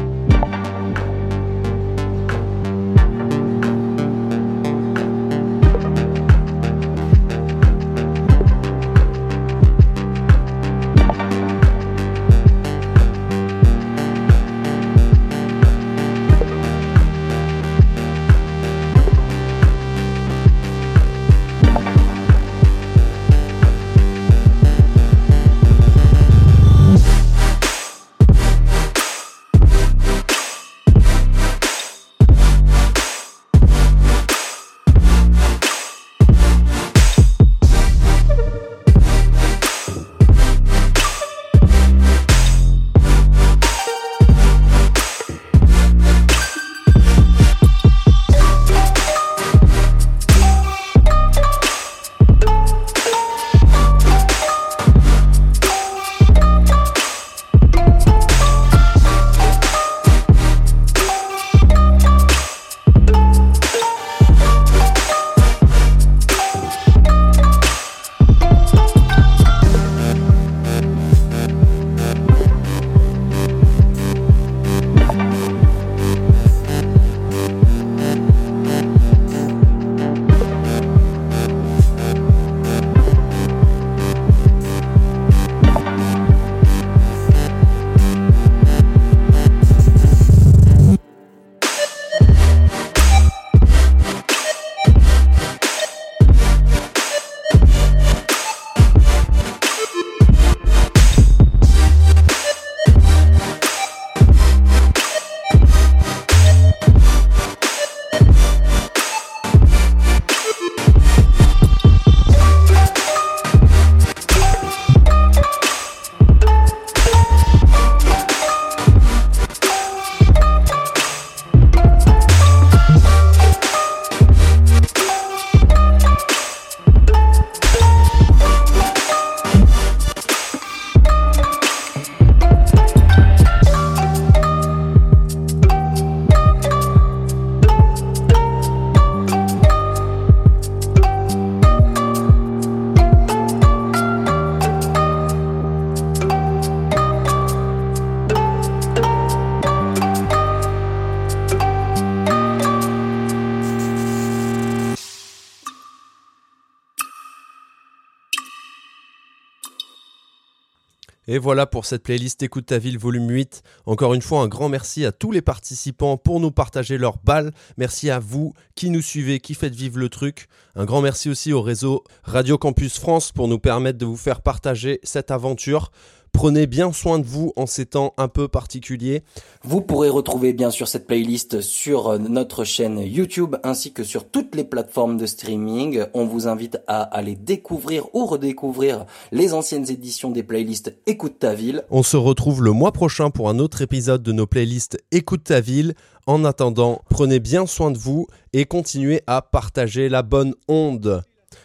[SPEAKER 3] Et voilà pour cette playlist Écoute ta ville volume huit. Encore une fois, un grand merci à tous les participants pour nous partager leurs balles. Merci à vous qui nous suivez, qui faites vivre le truc. Un grand merci aussi au réseau Radio Campus France pour nous permettre de vous faire partager cette aventure. Prenez bien soin de vous en ces temps un peu particuliers.
[SPEAKER 18] Vous pourrez retrouver bien sûr cette playlist sur notre chaîne YouTube ainsi que sur toutes les plateformes de streaming. On vous invite à aller découvrir ou redécouvrir les anciennes éditions des playlists Écoute ta ville.
[SPEAKER 3] On se retrouve le mois prochain pour un autre épisode de nos playlists Écoute ta ville. En attendant, prenez bien soin de vous et continuez à partager la bonne onde.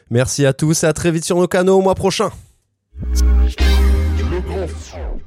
[SPEAKER 3] Merci à tous et à très vite sur nos canaux au mois prochain.
[SPEAKER 1] Le grand